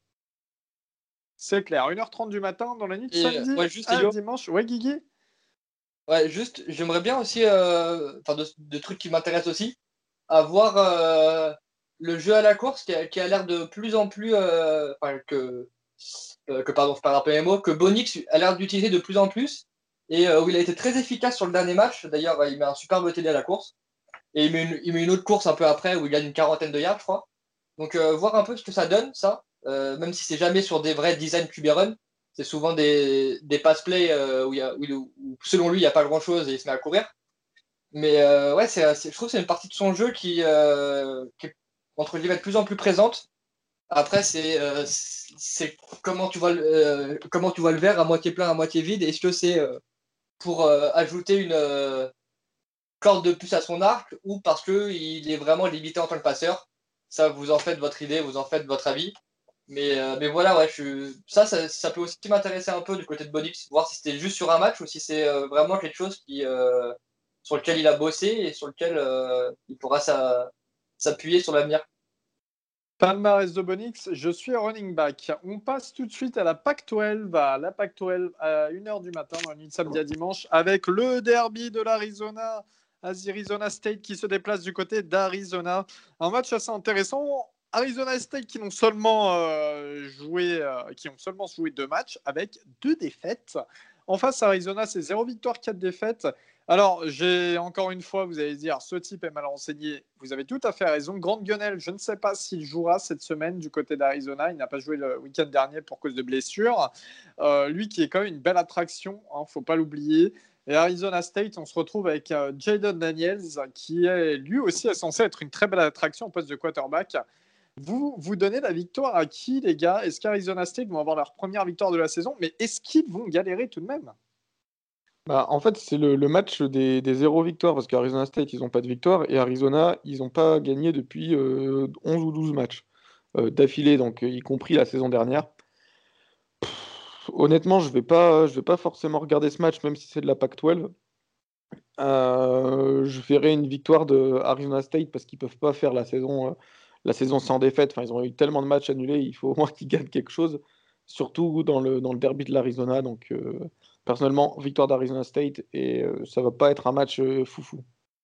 C'est clair. une heure trente du matin dans la nuit de Et, samedi ouais, juste, à Elio. dimanche. Ouais, Guigui. Ouais, juste, j'aimerais bien aussi, euh, enfin, de, de trucs qui m'intéressent aussi, avoir euh, le jeu à la course qui a, qui a l'air de plus en plus, euh, enfin, que, euh, que, pardon, je parle un peu mes mots, que Bonix a l'air d'utiliser de plus en plus, et euh, où il a été très efficace sur le dernier match. D'ailleurs, il met un superbe T D à la course, et il met, une, il met une autre course un peu après où il gagne une quarantaine de yards, je crois. Donc, euh, voir un peu ce que ça donne, ça, euh, même si c'est jamais sur des vrais design Q B run, c'est souvent des, des pass play euh, où, il y a, où, où, selon lui, il n'y a pas grand chose et il se met à courir. Mais euh, ouais, c'est, c'est, je trouve que c'est une partie de son jeu qui, euh, qui est entre guillemets de plus en plus présente. Après, c'est, euh, c'est comment tu vois le, euh, comment tu vois le verre à moitié plein, à moitié vide. Est-ce que c'est euh, pour euh, ajouter une euh, corde de plus à son arc ou parce que il est vraiment limité en tant que passeur? Ça, vous en faites votre idée, vous en faites votre avis. Mais, euh, mais voilà, ouais, je, ça, ça, ça peut aussi m'intéresser un peu du côté de Bonix, voir si c'était juste sur un match ou si c'est euh, vraiment quelque chose qui, euh, sur lequel il a bossé et sur lequel euh, il pourra sa- s'appuyer sur l'avenir. Palmarès de Bonix, je suis running back. On passe tout de suite à la Pac douze, à la Pac douze à une heure du matin, dans la nuit de samedi à dimanche, avec le derby de l'Arizona, Arizona State qui se déplace du côté d'Arizona. Un match assez intéressant. Arizona State qui n'ont seulement euh, joué, euh, qui ont seulement joué deux matchs avec deux défaites. En face, Arizona, c'est zéro victoire, quatre défaites. Alors, j'ai encore une fois, vous allez dire, ce type est mal renseigné. Vous avez tout à fait raison. Grant Gunnell, je ne sais pas s'il jouera cette semaine du côté d'Arizona. Il n'a pas joué le week-end dernier pour cause de blessure. Euh, lui qui est quand même une belle attraction, il hein, ne faut pas l'oublier. Et Arizona State, on se retrouve avec euh, Jayden Daniels, qui est lui aussi est censé être une très belle attraction au poste de quarterback. Vous, vous donnez la victoire à qui, les gars? Est-ce qu'Arizona State vont avoir leur première victoire de la saison? Mais est-ce qu'ils vont galérer tout de même? Bah, en fait, c'est le, le match des, des zéro victoires parce qu'Arizona State, ils n'ont pas de victoire et Arizona, ils n'ont pas gagné depuis euh, onze ou douze matchs euh, d'affilée, donc euh, y compris la saison dernière. Pff, honnêtement, je vais pas, je vais pas forcément regarder ce match, même si c'est de la Pac douze. Euh, je verrai une victoire de Arizona State parce qu'ils peuvent pas faire la saison, euh, la saison sans défaite. Enfin, ils ont eu tellement de matchs annulés, il faut au moins qu'ils gagnent quelque chose, surtout dans le, dans le derby de l'Arizona. Donc, euh, personnellement, victoire d'Arizona State et euh, ça va pas être un match euh, foufou.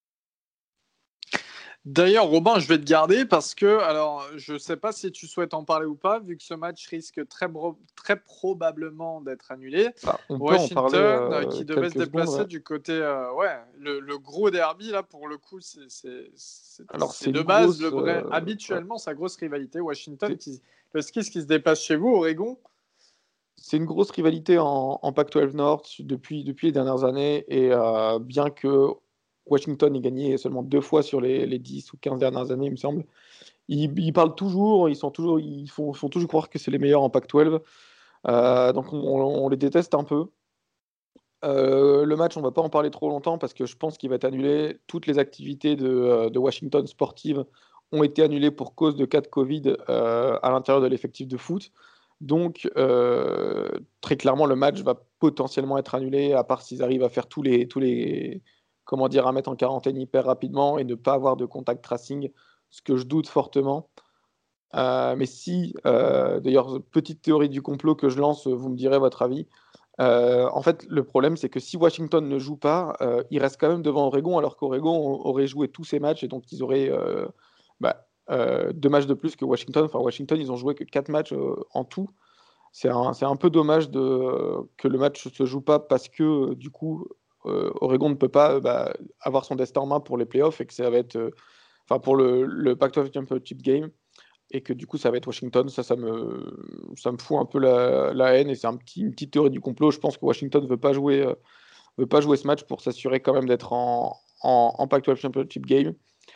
D'ailleurs, Robin, je vais te garder parce que, alors, je ne sais pas si tu souhaites en parler ou pas, vu que ce match risque très, bro- très probablement d'être annulé. Bah, on peut en parler Washington, euh, euh, qui devait se quelques secondes. déplacer Ouais. du côté, euh, ouais, le, le gros derby, là, pour le coup, c'est, c'est, c'est, Alors, c'est c'est de une base le grosse. vrai, euh, ouais. habituellement, sa grosse rivalité. Washington, C'est qui, le Skis qui se déplace chez vous, Oregon. c'est une grosse rivalité en, en Pac douze Nord depuis, depuis les dernières années. Et euh, bien que Washington ait gagné seulement deux fois sur les, les dix ou quinze dernières années, il me semble, ils, ils parlent toujours, ils, sont toujours, ils font, font toujours croire que c'est les meilleurs en Pac douze. Euh, donc on, on les déteste un peu. Euh, le match, on va pas en parler trop longtemps parce que je pense qu'il va être annulé. Toutes les activités de, euh, de Washington sportives ont été annulées pour cause de cas de Covid euh, à l'intérieur de l'effectif de foot. Donc, euh, très clairement, le match va potentiellement être annulé, à part s'ils arrivent à faire tous les, tous les, comment dire, à mettre en quarantaine hyper rapidement et ne pas avoir de contact tracing, ce que je doute fortement. Euh, mais si, euh, d'ailleurs, petite théorie du complot que je lance, vous me direz votre avis. Euh, en fait, le problème, c'est que si Washington ne joue pas, euh, il reste quand même devant Oregon, alors qu'Oregon aurait joué tous ses matchs et donc ils auraient euh, bah, euh, deux matchs de plus que Washington. Enfin, Washington, ils ont joué que quatre matchs euh, en tout. C'est un, c'est un peu dommage de, que le match ne se joue pas parce que du coup, euh, Oregon ne peut pas euh, bah, avoir son destin en main pour les playoffs et que ça va être, euh, enfin, pour le, le Pac douze Championship Game et que du coup ça va être Washington. Ça, ça me, ça me fout un peu la, la haine et c'est un petit, une petite théorie du complot. Je pense que Washington ne veut pas jouer, euh, veut pas jouer ce match pour s'assurer quand même d'être en, en, en Pac douze Championship Game.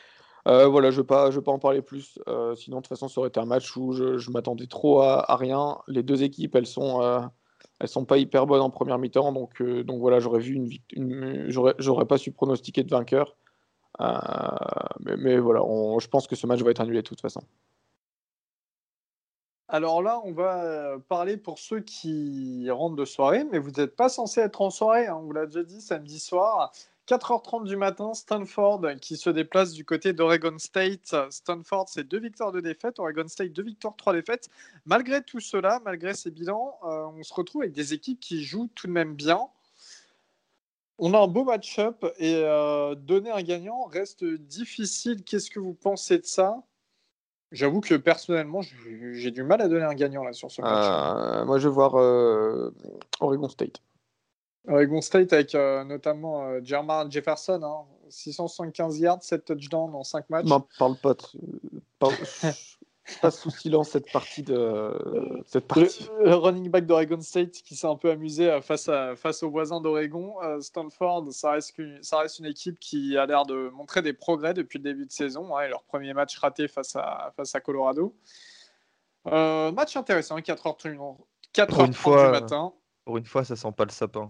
Euh, voilà, je ne vais pas, je vais pas en parler plus. Euh, sinon, de toute façon, ça aurait été un match où je, je m'attendais trop à, à rien. Les deux équipes, elles sont, euh, elles sont pas hyper bonnes en première mi-temps. Donc, euh, donc voilà, j'aurais vu une, vict- une j'aurais, j'aurais pas su pronostiquer de vainqueur. Euh, mais, mais voilà, on- je pense que ce match va être annulé de toute façon. Alors là, on va euh, parler pour ceux qui rentrent de soirée, mais vous n'êtes pas censé être en soirée, hein, on vous l'a déjà dit, samedi soir, quatre heures trente du matin, Stanford qui se déplace du côté d'Oregon State. Stanford, c'est deux victoires, deux défaites. Oregon State, deux victoires, trois défaites. Malgré tout cela, malgré ces bilans, euh, on se retrouve avec des équipes qui jouent tout de même bien. On a un beau match-up et euh, donner un gagnant reste difficile. Qu'est-ce que vous pensez de ça ? J'avoue que personnellement, j'ai j'ai du mal à donner un gagnant là sur ce match. Euh, moi, je vais voir euh, Oregon State. Oregon State avec euh, notamment euh, Jermaine Jefferson, hein, six cent soixante-quinze yards, sept touchdowns en cinq matchs. M'en parle pas. de- pas- je passe sous silence cette partie de cette partie. Le, le running back d'Oregon State qui s'est un peu amusé euh, face, à, face aux voisins d'Oregon. Euh, Stanford, ça reste, qu'une- ça reste une équipe qui a l'air de montrer des progrès depuis le début de saison. Hein, et leur premier match raté face à, face à Colorado. Euh, match intéressant, quatre heures trente, quatre Pour heures une trente fois, du matin. Pour une fois, ça sent pas le sapin.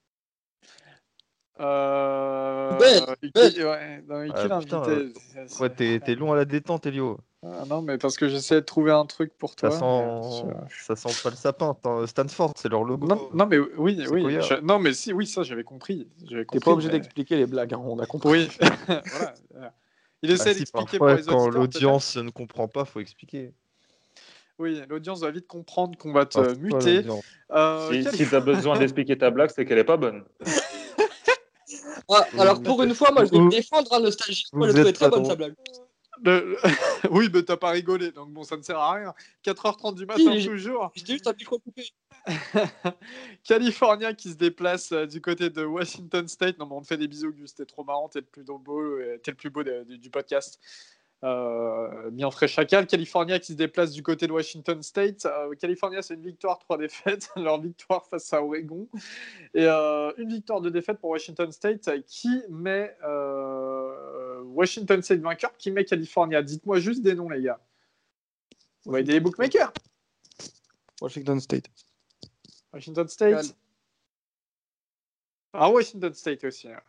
Euh... Belle, Iki- belle. ouais, non, Iki, Ah, putain, euh, l'invité. ouais, t'es t'es long à la détente, Elio. Ah non, mais parce que j'essaie de trouver un truc pour Ça toi. mais, sent, euh, ça sent pas le sapin. Attends, Stanford, c'est leur logo. Non, non, mais oui, C'est oui. Koya. je- Non, mais si, oui, ça, j'avais compris. J'avais T'es compris, pas obligé mais- d'expliquer les blagues, hein, on a compris. Oui, voilà. Il Ah essaie si, d'expliquer pour parfois, les quand auditeurs, peut-être. l'audience ne comprend pas, faut expliquer. Oui, l'audience va vite comprendre qu'on va te Enfin, c'est toi, muter. l'audience. Euh, Si, quel- si tu as besoin d'expliquer ta blague, c'est qu'elle est pas bonne. Ah, alors Vous- pour une fois, moi je vais vous- me défendre, hein, nostalgie. Moi vous j'ai trouvé êtes très pas bonne drôle. sa blague. le- Oui, mais t'as pas rigolé, donc bon, ça ne sert à rien. quatre heures trente du matin, Si, j'ai- toujours. J'étais juste un micro coupé. California qui se déplace euh, du côté de Washington State. Non, mais on te fait des bisous, Gus. T'es trop marrant. T'es le plus beau, euh, t'es le plus beau de- de- du podcast. Euh, bien frais chacal. California qui se déplace du côté de Washington State. Euh, California, c'est une victoire, trois défaites. Leur victoire face à Oregon. Et euh, une victoire, deux défaites pour Washington State qui met euh, Washington State vainqueur, qui met California. Dites-moi juste des noms, les gars. On va aider les bookmakers. Washington State. Washington State. Calme. Ah, Washington State aussi. Ouais.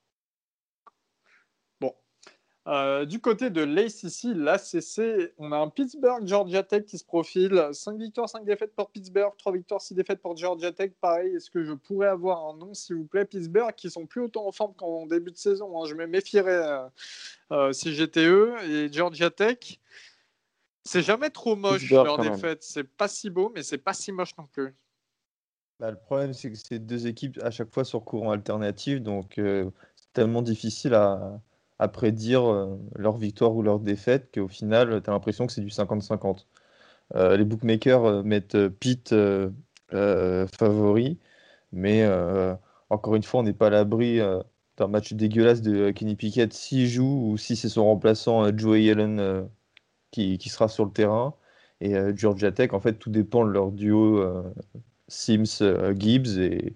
Bon. Euh, du côté de l'A C C, l'A C C, on a un Pittsburgh, Georgia Tech qui se profile. cinq victoires, cinq défaites pour Pittsburgh, trois victoires, six défaites pour Georgia Tech. Pareil, est-ce que je pourrais avoir un nom, s'il vous plaît? Pittsburgh, qui sont plus autant en forme qu'en début de saison. Hein. Je me méfierais euh, euh, si j'étais eux. Et Georgia Tech, c'est jamais trop moche Pittsburgh, leur quand même. défaite. C'est pas si beau, mais c'est pas si moche non plus. Bah, le problème, c'est que c'est deux équipes à chaque fois sur courant alternatif, donc euh, c'est tellement difficile à, à prédire euh, leur victoire ou leur défaite qu'au final, tu as l'impression que c'est du cinquante cinquante. Euh, les bookmakers euh, mettent euh, Pitt euh, euh, favori, mais euh, encore une fois, on n'est pas à l'abri euh, d'un match dégueulasse de Kenny Pickett s'il joue ou si c'est son remplaçant euh, Joey Allen euh, qui, qui sera sur le terrain. Et euh, Georgia Tech, en fait, tout dépend de leur duo euh, Sims-Gibbs. Et,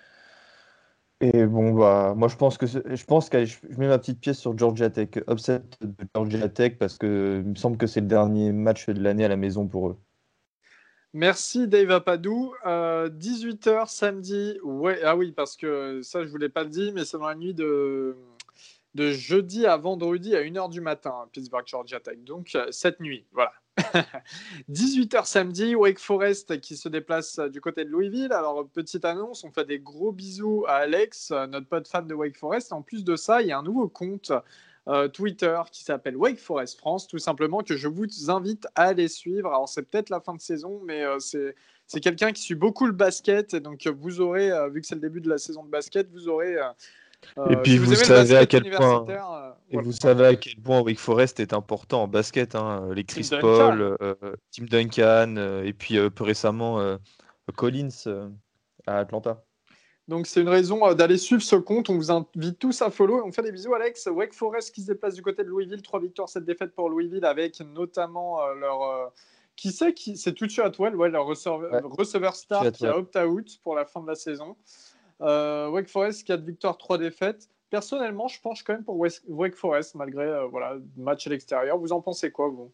et bon, bah, moi, je pense que c'est- je pense que je je mets ma petite pièce sur Georgia Tech. Upset de Georgia Tech parce que il me semble que c'est le dernier match de l'année à la maison pour eux. Merci Dave Apadou. Euh, dix-huit heures samedi. Ouais, ah oui, parce que ça, je ne vous l'ai pas dit, mais c'est dans la nuit de, de jeudi à vendredi à une heure du matin, Pittsburgh Georgia Tech. Donc, euh, cette nuit, voilà. dix-huit heures samedi, Wake Forest qui se déplace euh, du côté de Louisville. Alors, petite annonce, on fait des gros bisous à Alex, euh, notre pote fan de Wake Forest. En plus de ça, il y a un nouveau compte euh, Twitter qui s'appelle Wake Forest France, tout simplement, que je vous invite à aller suivre. Alors, c'est peut-être la fin de saison, mais euh, c'est, c'est quelqu'un qui suit beaucoup le basket. Et donc, vous aurez, euh, vu que c'est le début de la saison de basket, vous aurez... Euh, Et euh, puis, si vous vous aimez le savez à basket quel point, universitaire... euh, et voilà. vous savez à quel point Wake Forest est important en basket, hein. Les Tim Chris Duncan. Paul, euh, Tim Duncan, euh, et puis euh, plus récemment euh, Collins euh, à Atlanta. Donc, c'est une raison euh, d'aller suivre ce compte. On vous invite tous à follow. On fait des bisous, Alex. Wake Forest qui se déplace du côté de Louisville. Trois victoires, sept défaites pour Louisville, avec notamment euh, leur. Euh, qui c'est qui C'est Tutu Atwell, ouais, leur receveur, Ouais. receveur star Tutu qui a Atwell. opt-out pour la fin de la saison. Euh, Wake Forest, quatre victoires, trois défaites. personnellement, je penche quand même pour West- Wake Forest, malgré euh, voilà, le match à l'extérieur. Vous en pensez quoi, vous?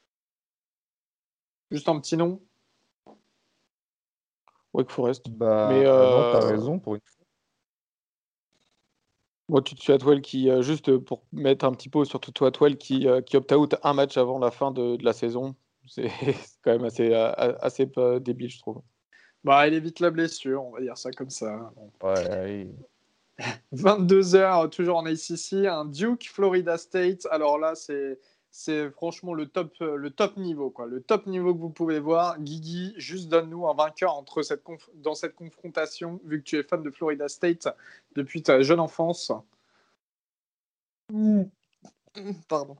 Juste un petit nom? Wake Forest. Bah, Mais euh, non, t'as euh, raison. Pour une... moi, tu suis Atwell qui, euh, juste pour mettre un petit pot sur Tutu Atwell qui, euh, qui opt-out un match avant la fin de, de la saison. C'est c'est quand même assez, euh, assez euh, débile, je trouve. Bah, il évite la blessure, on va dire ça comme ça. Bon. Ouais, vingt-deux heures, toujours en A C C, un Duke, Florida State. Alors là, c'est, c'est franchement le top, le top niveau, quoi. Le top niveau que vous pouvez voir. Guigui, juste donne-nous un vainqueur entre cette conf- dans cette confrontation, vu que tu es fan de Florida State depuis ta jeune enfance. Pardon.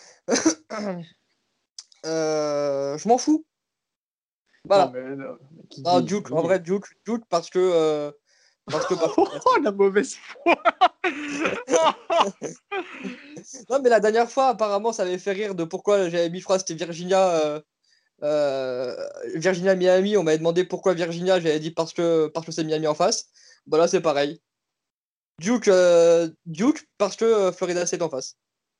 Euh, je m'en fous. Non, Voilà. mais, euh, Guigui, Ah, Duke, en Guigui. vrai, Duke, Duke parce que. euh, parce que. parce que- Oh, la mauvaise foi. Non, mais la dernière fois, apparemment, ça avait fait rire de pourquoi j'avais mis Frost et Virginia. euh, euh, Virginia Miami, on m'avait demandé pourquoi Virginia, j'avais dit parce que parce que c'est Miami en face. Bah là, c'est pareil. Duke, euh, Duke parce que euh, Florida State en face.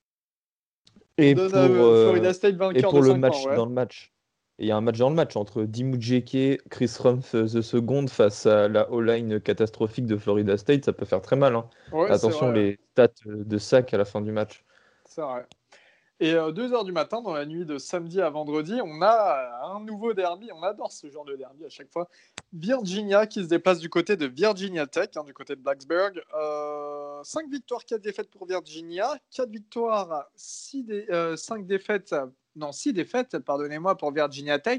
On Et donne pour, à Florida euh, State et vainqueur pour de le cinq match ans, ouais. dans le match. Et il y a un match dans le match entre Dimu Jeke, Chris Rumph euh, the second face à la O-line catastrophique de Florida State. Ça peut faire très mal, hein. Ouais, c'est Attention, vrai. les stats euh, de sac à la fin du match. C'est vrai. Et euh, deux heures du matin, dans la nuit de samedi à vendredi, on a un nouveau derby. On adore ce genre de derby à chaque fois. Virginia qui se déplace du côté de Virginia Tech, hein, du côté de Blacksburg. Euh, cinq victoires, quatre défaites pour Virginia. quatre victoires, six dé- euh, cinq défaites. Non, six défaites, pardonnez-moi, pour Virginia Tech.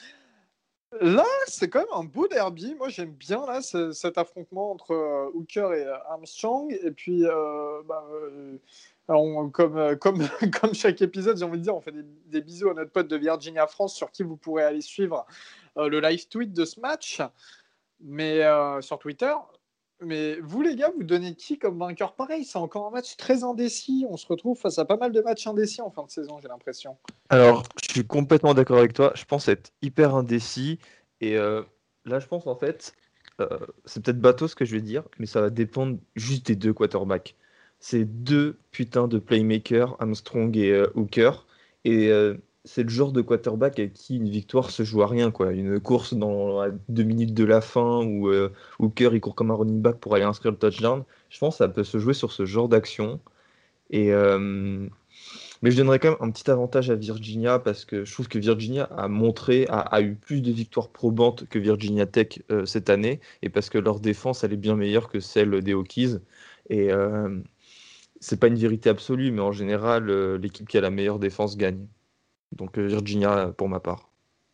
Là, c'est quand même un beau derby. Moi, j'aime bien là, ce- cet affrontement entre euh, Hooker et euh, Armstrong. Et puis, euh, bah, euh, alors, on- comme, euh, comme, comme chaque épisode, j'ai envie de dire, on fait des, des bisous à notre pote de Virginia France, sur qui vous pourrez aller suivre euh, le live tweet de ce match, mais euh, sur Twitter. Mais vous, les gars, vous donnez qui comme vainqueur? Pareil, c'est encore un match très indécis. On se retrouve face à pas mal de matchs indécis en fin de saison, j'ai l'impression. Alors, je suis complètement d'accord avec toi. Je pense être hyper indécis. Et euh, là, je pense en fait, euh, c'est peut-être bateau ce que je vais dire, mais ça va dépendre juste des deux quarterbacks. C'est deux putains de playmakers, Armstrong et euh, Hooker. Et euh, c'est le genre de quarterback avec qui une victoire se joue à rien, quoi. Une course dans à deux minutes de la fin où euh, Hooker il court comme un running back pour aller inscrire le touchdown. Je pense que ça peut se jouer sur ce genre d'action. Et, euh, mais je donnerais quand même un petit avantage à Virginia parce que je trouve que Virginia a montré, a, a eu plus de victoires probantes que Virginia Tech euh, cette année et parce que leur défense elle est bien meilleure que celle des Hokies. Et euh, c'est pas une vérité absolue, mais en général, euh, l'équipe qui a la meilleure défense gagne. Donc euh, Virginia pour ma part.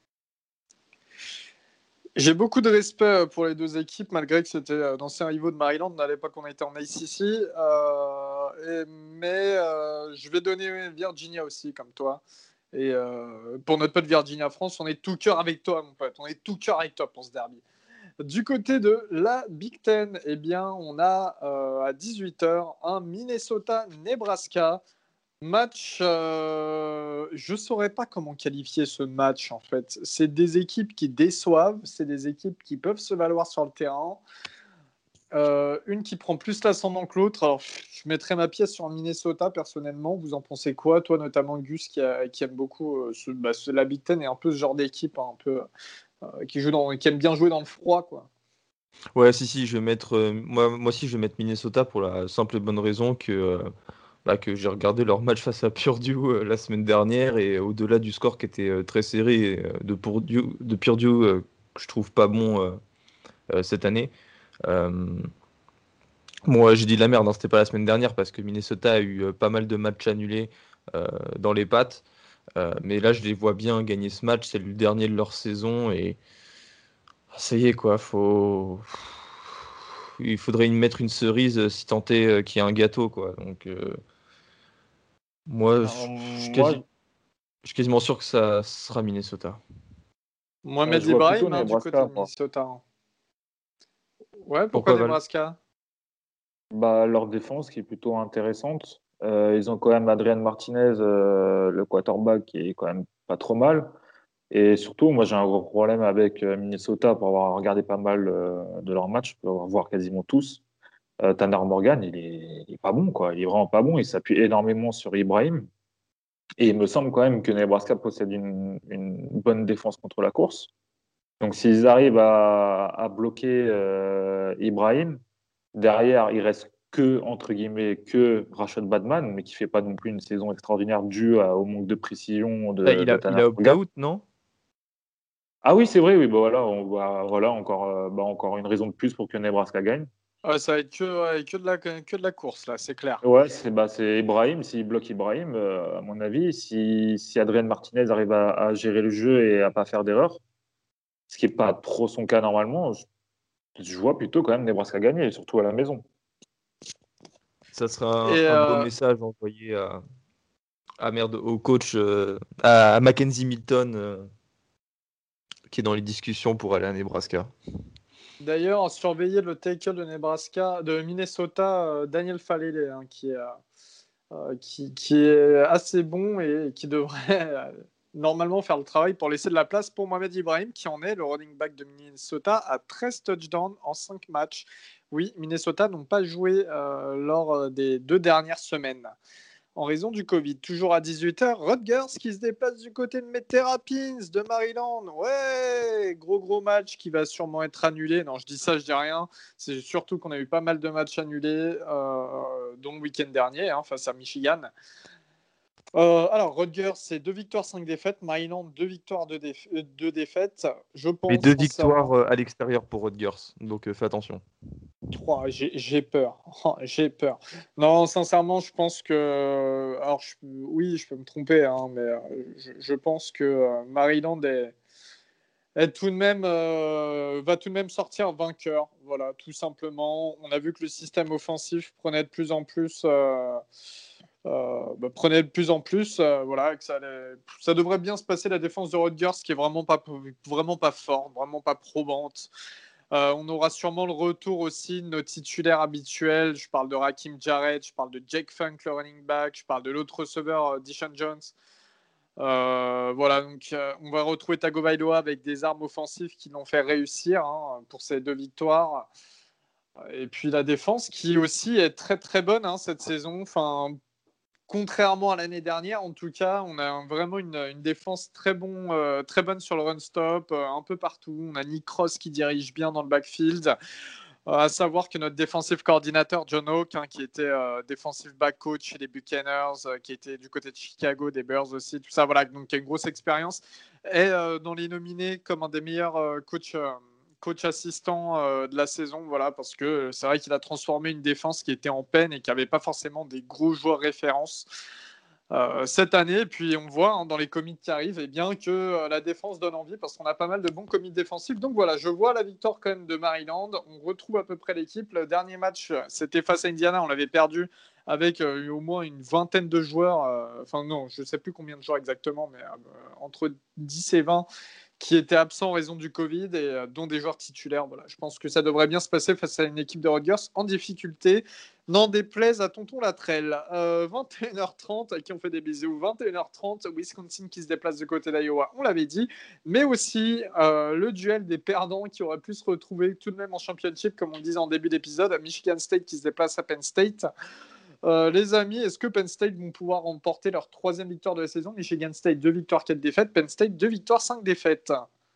J'ai beaucoup de respect pour les deux équipes, malgré que c'était d'anciens rivaux de Maryland à l'époque où on était en A C C. Euh, et- mais euh, je vais donner Virginia aussi, comme toi. Et euh, pour notre pote Virginia France, on est tout cœur avec toi, mon pote. On est tout cœur avec toi pour ce derby. Du côté de la Big Ten, eh bien, on a euh, à dix-huit heures un Minnesota-Nebraska. Match, euh, je ne saurais pas comment qualifier ce match en fait. C'est des équipes qui déçoivent, c'est des équipes qui peuvent se valoir sur le terrain. Euh, une qui prend plus l'ascendant que l'autre. Alors, je mettrais ma pièce sur Minnesota personnellement. Vous en pensez quoi? Toi, notamment Gus, qui, a- qui aime beaucoup euh, ce, bah, ce- la Big Ten et un peu ce genre d'équipe, hein, un peu euh, qui joue dans, qui aime bien jouer dans le froid, quoi. Ouais, si, si, je vais mettre, euh, moi, moi aussi, je vais mettre Minnesota pour la simple et bonne raison que, euh, bah, que j'ai regardé leur match face à Purdue euh, la semaine dernière et au-delà du score qui était euh, très serré euh, de Purdue, de Purdue euh, que je trouve pas bon euh, euh, cette année. Euh, bon, ouais, j'ai dit de la merde, hein, c'était pas la semaine dernière parce que Minnesota a eu euh, pas mal de matchs annulés euh, dans les pattes. Euh, mais là, je les vois bien gagner ce match. C'est le dernier de leur saison et ça y est, quoi. Faut... Il faudrait y mettre une cerise euh, si tant est euh, qu'il y a un gâteau, quoi. Donc, euh, moi, je Alors, je suis moi, quasi... je suis quasiment sûr que ça sera Minnesota. euh, Mohamed je vois plutôt Ibrahim, hein, du côté Nebraska, de moi. Minnesota, hein. Ouais, pourquoi Pourquoi, Val? Nebraska? Bah, leur défense qui est plutôt intéressante. Euh, ils ont quand même Adrian Martinez, euh, le quarterback, qui est quand même pas trop mal. Et surtout, moi, j'ai un gros problème avec euh, Minnesota pour avoir regardé pas mal euh, de leurs matchs, pour avoir voir quasiment tous. Euh, Tanner Morgan, il est, il est pas bon, quoi. Il est vraiment pas bon. Il s'appuie énormément sur Ibrahim. Et il me semble quand même que Nebraska possède une, une bonne défense contre la course. Donc, s'ils arrivent à, à bloquer euh, Ibrahim, derrière, il reste que, entre guillemets, que Rashad Batman, mais qui fait pas non plus une saison extraordinaire due à- au manque de précision Ah, de, il de a, il Tanner a Morgan. opt-out, non? Ah oui, c'est vrai, oui, bah voilà, on, bah, voilà encore, euh, bah, encore une raison de plus pour que Nebraska gagne. Ouais, ça va être que, ouais, que, de la, que de la course, là, c'est clair. Ouais, c'est bah, c'est Ibrahim. S'il bloque Ibrahim, euh, à mon avis, si, si Adrien Martinez arrive à, à gérer le jeu et à pas faire d'erreur, ce qui n'est pas trop son cas normalement, je, je vois plutôt quand même Nebraska gagner, surtout à la maison. Ça sera Et un, un beau euh, message envoyé à, à merde, au coach, euh, à, à Mackenzie Milton, euh, qui est dans les discussions pour aller à Nebraska. d'ailleurs, surveiller le tackle de Nebraska, de Minnesota, euh, Daniel Falele, hein, qui, est, euh, euh, qui, qui est assez bon et qui devrait euh, normalement faire le travail pour laisser de la place pour Mohamed Ibrahim, qui en est le running back de Minnesota à treize touchdowns en cinq matchs. Oui, Minnesota n'ont pas joué euh, lors des deux dernières semaines en raison du Covid. Toujours à dix-huit heures, Rutgers qui se déplace du côté de Terrapins de Maryland. Ouais, gros gros match qui va sûrement être annulé. Non, je dis ça, je dis rien. C'est surtout qu'on a eu pas mal de matchs annulés, euh, dont le week-end dernier, hein, face à Michigan. Euh, alors, Rutgers, c'est deux victoires, cinq défaites. Maryland, deux victoires, deux, déf- euh, deux défaites. Je Mais pense deux victoires sincèrement. euh, à l'extérieur pour Rutgers, donc euh, fais attention. Oh, j'ai j'ai peur. Oh, j'ai peur. Non, sincèrement, je pense que. Alors, je- oui, je peux me tromper, hein, mais euh, je, je pense que euh, Maryland est, est tout de même, euh, va tout de même sortir vainqueur. Voilà, tout simplement. On a vu que le système offensif prenait de plus en plus. euh, euh, bah, prenait de plus en plus. euh, voilà, que ça, allait- ça devrait bien se passer. La défense de Rutgers, qui est vraiment pas, vraiment pas forte, vraiment pas probante. Euh, on aura sûrement le retour aussi de nos titulaires habituels. Je parle de Rakim Jarrett, je parle de Jake Funk, le running back, je parle de l'autre receveur, euh, Dishon Jones. Euh, voilà, donc euh, on va retrouver Tagovailoa avec des armes offensives qui l'ont fait réussir, hein, pour ces deux victoires. Et puis la défense qui aussi est très très bonne, hein, cette saison. Enfin, contrairement à l'année dernière, en tout cas, on a vraiment une, une défense très, bon, euh, très bonne sur le run-stop, euh, un peu partout. On a Nick Cross qui dirige bien dans le backfield. Euh, à savoir que notre défensif coordinateur, John Hawk, hein, qui était euh, defensive back coach chez les Buccaneers, euh, qui était du côté de Chicago, des Bears aussi, tout ça, voilà, donc qui a une grosse expérience, est euh, dans les nominés comme un des meilleurs euh, coachs. Euh, coach assistant euh, de la saison, voilà, parce que c'est vrai qu'il a transformé une défense qui était en peine et qui n'avait pas forcément des gros joueurs références euh, cette année. Et puis on voit, hein, dans les commits qui arrivent, eh bien, que euh, la défense donne envie parce qu'on a pas mal de bons commits défensifs. Donc voilà, je vois la victoire quand même de Maryland. On retrouve à peu près l'équipe. Le dernier match, c'était face à Indiana, on l'avait perdu avec euh, au moins une vingtaine de joueurs. euh, Enfin non, je ne sais plus combien de joueurs exactement, mais euh, entre dix et vingt qui étaient absents en raison du Covid et euh, dont des joueurs titulaires. Voilà, je pense que ça devrait bien se passer face à une équipe de Rutgers en difficulté. N'en déplaise à Tonton Latrelle. Euh, vingt et une heures trente, à qui on fait des bisous. vingt et une heures trente, Wisconsin qui se déplace du côté d'Iowa, on l'avait dit. Mais aussi euh, le duel des perdants qui auraient pu se retrouver tout de même en championship, comme on le disait en début d'épisode. Michigan State qui se déplace à Penn State. Euh, les amis, est-ce que Penn State vont pouvoir remporter leur troisième victoire de la saison? Michigan State, deux victoires, quatre défaites. Penn State, deux victoires, cinq défaites.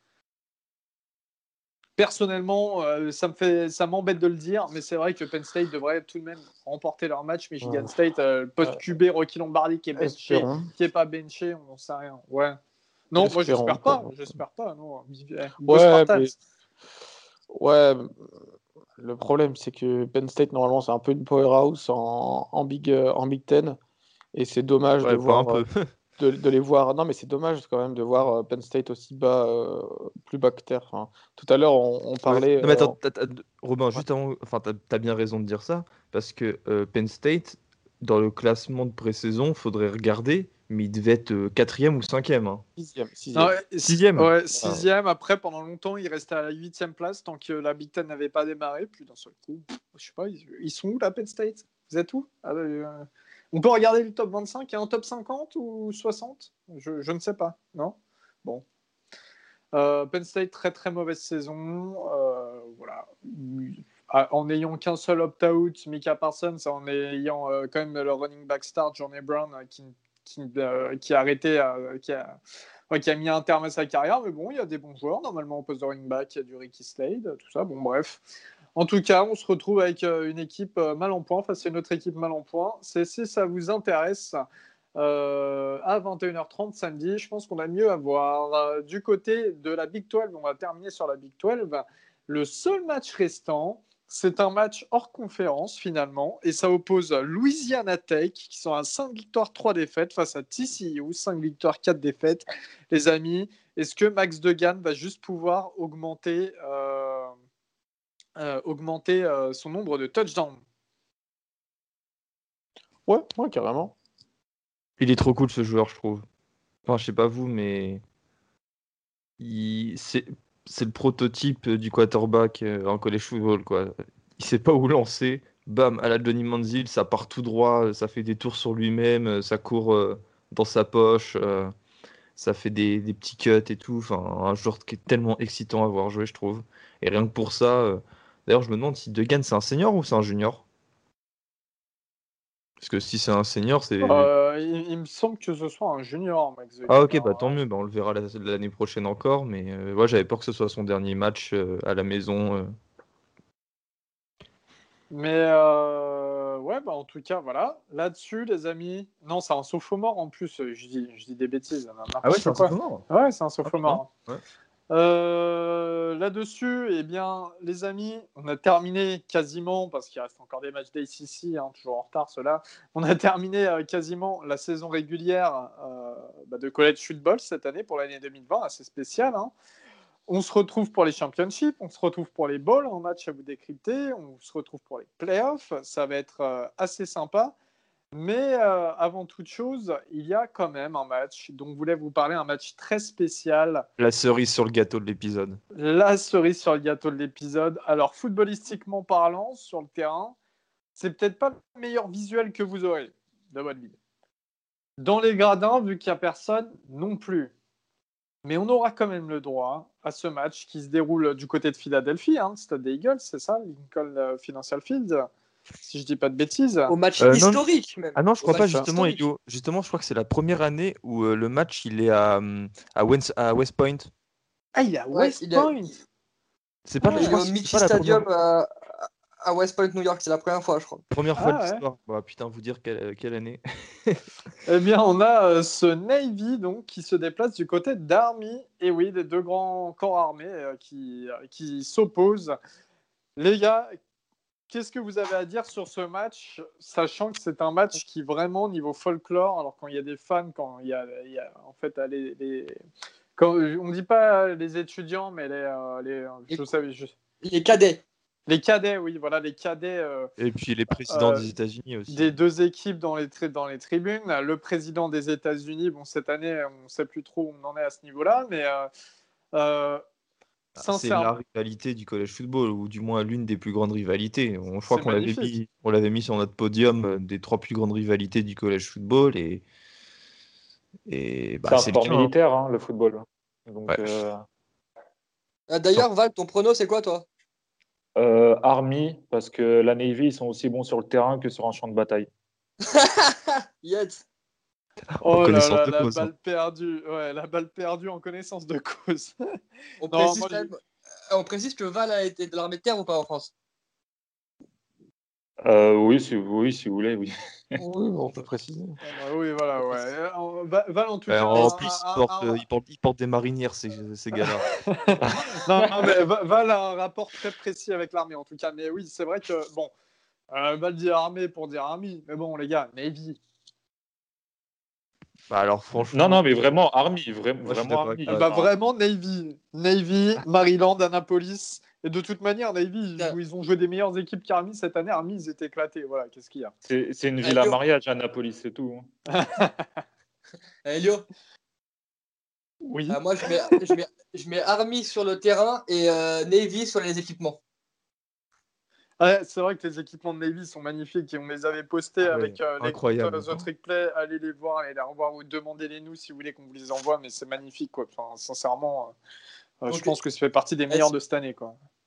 Personnellement, euh, ça me fait, ça m'embête de le dire, mais c'est vrai que Penn State devrait tout de même remporter leur match. Michigan Ouais. State, euh, post-Q B, Rocky Lombardi qui est benché, Espérons. qui est pas benché, on n'en sait rien. Ouais. Non, moi Espérons j'espère pas, pour. j'espère pas. Non. Eh, Go Ouais, Spartans. mais ouais, le problème c'est que Penn State normalement c'est un peu une powerhouse en, en Big euh, en Big Ten et c'est dommage de Ouais, pas un voir euh, peu. de, de les voir. Non, mais c'est dommage quand même de voir euh, Penn State aussi bas, euh, plus bas que terre. Enfin, tout à l'heure on, on Ouais. parlait. Non, mais euh, attends, t'as- t'as- Robin, ouais, juste avant, enfin, t'as, t'as bien raison de dire ça, parce que euh, Penn State, dans le classement de pré-saison, faudrait regarder, mais il devait être euh, quatrième ou cinquième. Hein. sixième, Non, sixième. ouais, si- Sixième. ouais, Ah, sixième. Après, pendant longtemps, il restait à la huitième place tant que la Big Ten n'avait pas démarré. Puis d'un seul coup, pff, je sais pas, ils, ils sont où la Penn State? Vous êtes où? Ah, euh, On peut regarder le top vingt-cinq. Il y a un top cinquante ou soixante? je, je ne sais pas. Non. Bon. Euh, Penn State, très très mauvaise saison. Euh, voilà. en n'ayant qu'un seul opt-out, Micah Parsons, en ayant euh, quand même le running back start, Johnny Brown, euh, qui, qui, euh, qui a arrêté, euh, qui, a, ouais, qui a mis un terme à sa carrière. Mais bon, il y a des bons joueurs normalement au poste de running back. Il y a du Ricky Slade, tout ça. Bon, bref. En tout cas, on se retrouve avec euh, une équipe euh, mal en point. Enfin, c'est une autre équipe mal en point. C'est, si ça vous intéresse, euh, à vingt et une heures trente samedi, je pense qu'on a mieux à voir. Euh, du côté de la Big douze, on va terminer sur la Big douze. Le seul match restant, c'est un match hors conférence finalement, et ça oppose Louisiana Tech, qui sont à cinq victoires, trois défaites, face à T C U, cinq victoires, quatre défaites. Les amis, est-ce que Max Degan va juste pouvoir augmenter, euh, euh, augmenter euh, son nombre de touchdowns? Ouais, ouais, carrément. Il est trop cool ce joueur, je trouve. Enfin, je sais pas vous, mais il... c'est... c'est le prototype du quarterback euh, en college football, quoi. Il sait pas où lancer. Bam, à la Johnny Manziel, ça part tout droit, ça fait des tours sur lui-même, ça court euh, dans sa poche, euh, ça fait des, des petits cuts et tout. Enfin, un joueur qui est tellement excitant à voir jouer, je trouve. Et rien que pour ça, euh, d'ailleurs, je me demande si Degan c'est un senior ou c'est un junior. Parce que si c'est un senior, c'est. Euh, il, il me semble que ce soit un junior, Max Degan. Ah ok, bah tant mieux, bah, on le verra la- l'année prochaine encore, mais euh, ouais, j'avais peur que ce soit son dernier match euh, à la maison. euh. Mais euh, ouais, bah en tout cas, voilà. Là-dessus, les amis. Non, c'est un sophomore en plus. Je dis, je dis des bêtises. N'importe quoi. sophomore. Ouais, c'est un Ah, sophomore. putain, ouais. Euh, là-dessus, eh bien, les amis, on a terminé quasiment, parce qu'il reste encore des matchs d'A C C, hein, toujours en retard ceux-là, on a terminé euh, quasiment la saison régulière euh, bah, de college football cette année pour l'année deux mille vingt, assez spéciale. Hein. On se retrouve pour les championships, on se retrouve pour les bowls en match à vous décrypter, on se retrouve pour les playoffs, ça va être euh, assez sympa. Mais euh, avant toute chose, il y a quand même un match dont je voulais vous parler, un match très spécial. La cerise sur le gâteau de l'épisode. La cerise sur le gâteau de l'épisode. Alors, footballistiquement parlant, sur le terrain, c'est peut-être pas le meilleur visuel que vous aurez de votre vie. Dans les gradins, vu qu'il n'y a personne, non plus. Mais on aura quand même le droit à ce match qui se déroule du côté de Philadelphie, hein, Stade des Eagles, c'est ça, Lincoln Financial Field, si je dis pas de bêtises. Au match Euh, non, historique, même. Ah non, je Au crois pas match justement, historique. Elio. Justement, je crois que c'est la première année où euh, le match il est à, hum, à, Wens- à West Point. Ah, il y a Ouais, West il, a- Point. il- C'est pas, Ah, je il est crois au que c'est Mickey pas la première, Stadium à, à West Point, New York. C'est la première fois, je crois. première fois Ah, de ouais. l'histoire. Bah putain, vous dire quelle, quelle année. Eh bien, on a euh, ce Navy donc, qui se déplace du côté d'Army. Et oui, des deux grands corps armés euh, qui, euh, qui s'opposent. Les gars, qu'est-ce que vous avez à dire sur ce match, sachant que c'est un match qui vraiment niveau folklore, alors quand il y a des fans, quand il y a, il y a en fait les, les quand, on dit pas les étudiants, mais les, euh, les je Les- savais, je- Les cadets. les cadets, oui, voilà, les cadets euh, Et puis les présidents euh, des États-Unis aussi. des deux équipes dans les, tri- dans les tribunes. Le président des États-Unis, bon, cette année, on ne sait plus trop où on en est à ce niveau-là, mais euh, euh, Ah, c'est sincèrement, la rivalité du college football, ou du moins l'une des plus grandes rivalités. On, je crois c'est qu'on l'avait magnifique. mis, on l'avait mis sur notre podium euh, des trois plus grandes rivalités du college football. Et, et bah, C'est un c'est le sport cas, hein. militaire, hein, le football. Donc, Ouais. euh, Ah, D'ailleurs, Val, ton prono, c'est quoi, toi? euh, Army, parce que la Navy, ils sont aussi bons sur le terrain que sur un champ de bataille. Yes. En Oh là connaissance là, de la cause, hein. balle perdue. Ouais, la balle perdue en connaissance de cause. On, Non, précise moi, quand je- même- euh, on précise que Val a été de l'armée de terre ou pas en France? Euh, oui, si, oui, si vous voulez, oui. Oui, bon, on peut préciser. Ah bah oui, voilà, ouais. Euh, en- Va- Val, en tout Ouais, cas, en un- plus, un- ils portent, un- euh, ils portent- ils portent des marinières, ces, ces gars-là. non, non, mais Va- Val a un rapport très précis avec l'armée, en tout cas. Mais oui, c'est vrai que, bon, euh, Val dit armée pour dire army. Mais bon, les gars, Navy. Bah, alors franchement, Non, non, mais vraiment Army, vra- moi, je suis vraiment d'accord Army. avec Ah toi. bah Enfin, vraiment Navy. Navy, Maryland, Annapolis. Et de toute manière, Navy, ils, Yeah. jouent- ils ont joué des meilleures équipes qu'Army cette année. Army, ils étaient éclatés. Voilà, qu'est-ce qu'il y a? c'est c'est une Eh, ville à Lyon. mariage, Annapolis, c'est tout. hein. Eh, Elio, Oui. euh, moi, je mets, je, mets, je mets Army sur le terrain et euh, Navy sur les équipements. Ouais, c'est vrai que les équipements de Navy sont magnifiques et on les avait postés Ah ouais, avec euh, les incroyable. comptes euh, The Trick Play. Allez les voir, allez les revoir ou demandez-les nous si vous voulez qu'on vous les envoie, mais c'est magnifique quoi. Enfin, sincèrement, euh, euh, je Ok. pense que ça fait partie des meilleurs Est-ce- de cette année quoi.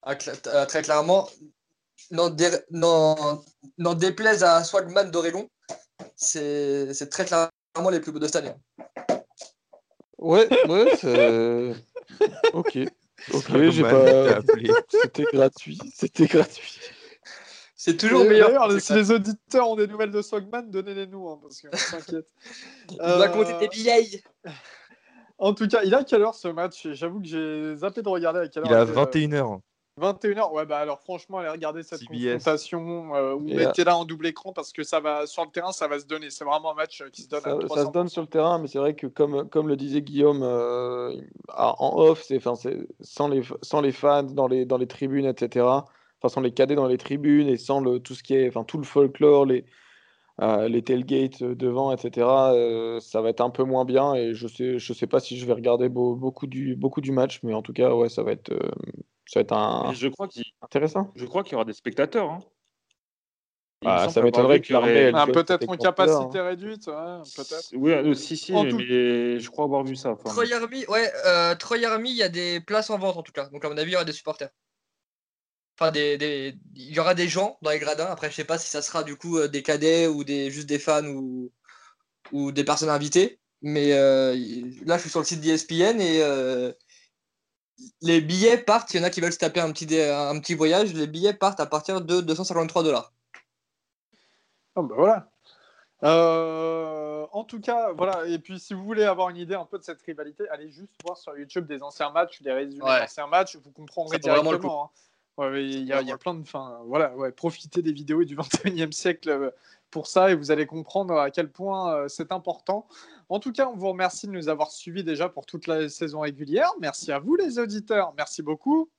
Ah, cla- euh, très clairement, n'en dé- n'en- n'en déplaise à Swagman d'Oregon, c'est c'est très clairement les plus beaux de cette année. Ouais, ouais, c'est. Ok. Ok, j'ai Swagman, t'as pas. appelé. C'était gratuit. C'était gratuit. C'est toujours Et meilleur. D'ailleurs, c'est si clair. les auditeurs ont des nouvelles de Swagman, donnez-les-nous, hein, parce qu'on s'inquiète. Il doit compter Euh, des billets. En tout cas, il a quelle heure ce match? J'avoue que j'ai zappé de regarder à quelle heure Il a était, euh, vingt et une heures. vingt et une heures. Ouais, bah alors franchement, allez regarder cette C B S. confrontation euh, où Et, euh, mettez-la en double écran parce que ça va sur le terrain, ça va se donner. C'est vraiment un match euh, qui se donne à Ça, trois ça cents se donne sur le terrain, mais c'est vrai que comme, comme le disait Guillaume euh, en off, c'est, enfin, c'est sans les, sans les fans dans les, dans les tribunes, et cetera. Enfin, sans les cadets dans les tribunes et sans le, tout ce qui est, enfin, tout le folklore, les, euh, les tailgates devant, et cetera. euh, ça va être un peu moins bien et je sais, je sais pas si je vais regarder beau- beaucoup du, beaucoup du match, mais en tout cas, ouais, ça va être, euh, ça va être un, Mais je crois qu'il intéressant. je crois qu'il y aura des spectateurs. Hein. Il me Ah, semble ça avoir m'étonnerait vu que qu'il y l'armée aurait. elle Ah, donne cette peut-être en exemples-là, hein. capacité réduite, ouais, peut-être. Oui, euh, si, si, En mais, tout- mais je crois avoir vu ça. Enfin, Troy Army, ouais, euh, Troy Army, il y a des places en vente en tout cas. Donc à mon avis, il y aura des supporters. Enfin, des, des- il y aura des gens dans les gradins. Après, je sais pas si ça sera du coup euh, des cadets ou des juste des fans ou, ou des personnes invitées. Mais euh, là, je suis sur le site d'E S P N et euh, les billets partent. Il y en a qui veulent se taper un petit, dé- un petit voyage. Les billets partent à partir de deux cent cinquante-trois dollars. Ah, bah voilà. Euh, en tout cas, voilà. Et puis, si vous voulez avoir une idée un peu de cette rivalité, allez juste voir sur YouTube des anciens matchs, des résumés Ouais. d'anciens matchs. Vous comprendrez Ça vaut vraiment le directement. Hein. Ouais, mais il y, a- vaut il y a vraiment plein de. Enfin, voilà, ouais, profitez des vidéos du vingt et unième siècle euh, pour ça et vous allez comprendre à quel point euh, c'est important. En tout cas, on vous remercie de nous avoir suivis déjà pour toute la saison régulière. Merci à vous, les auditeurs. Merci beaucoup.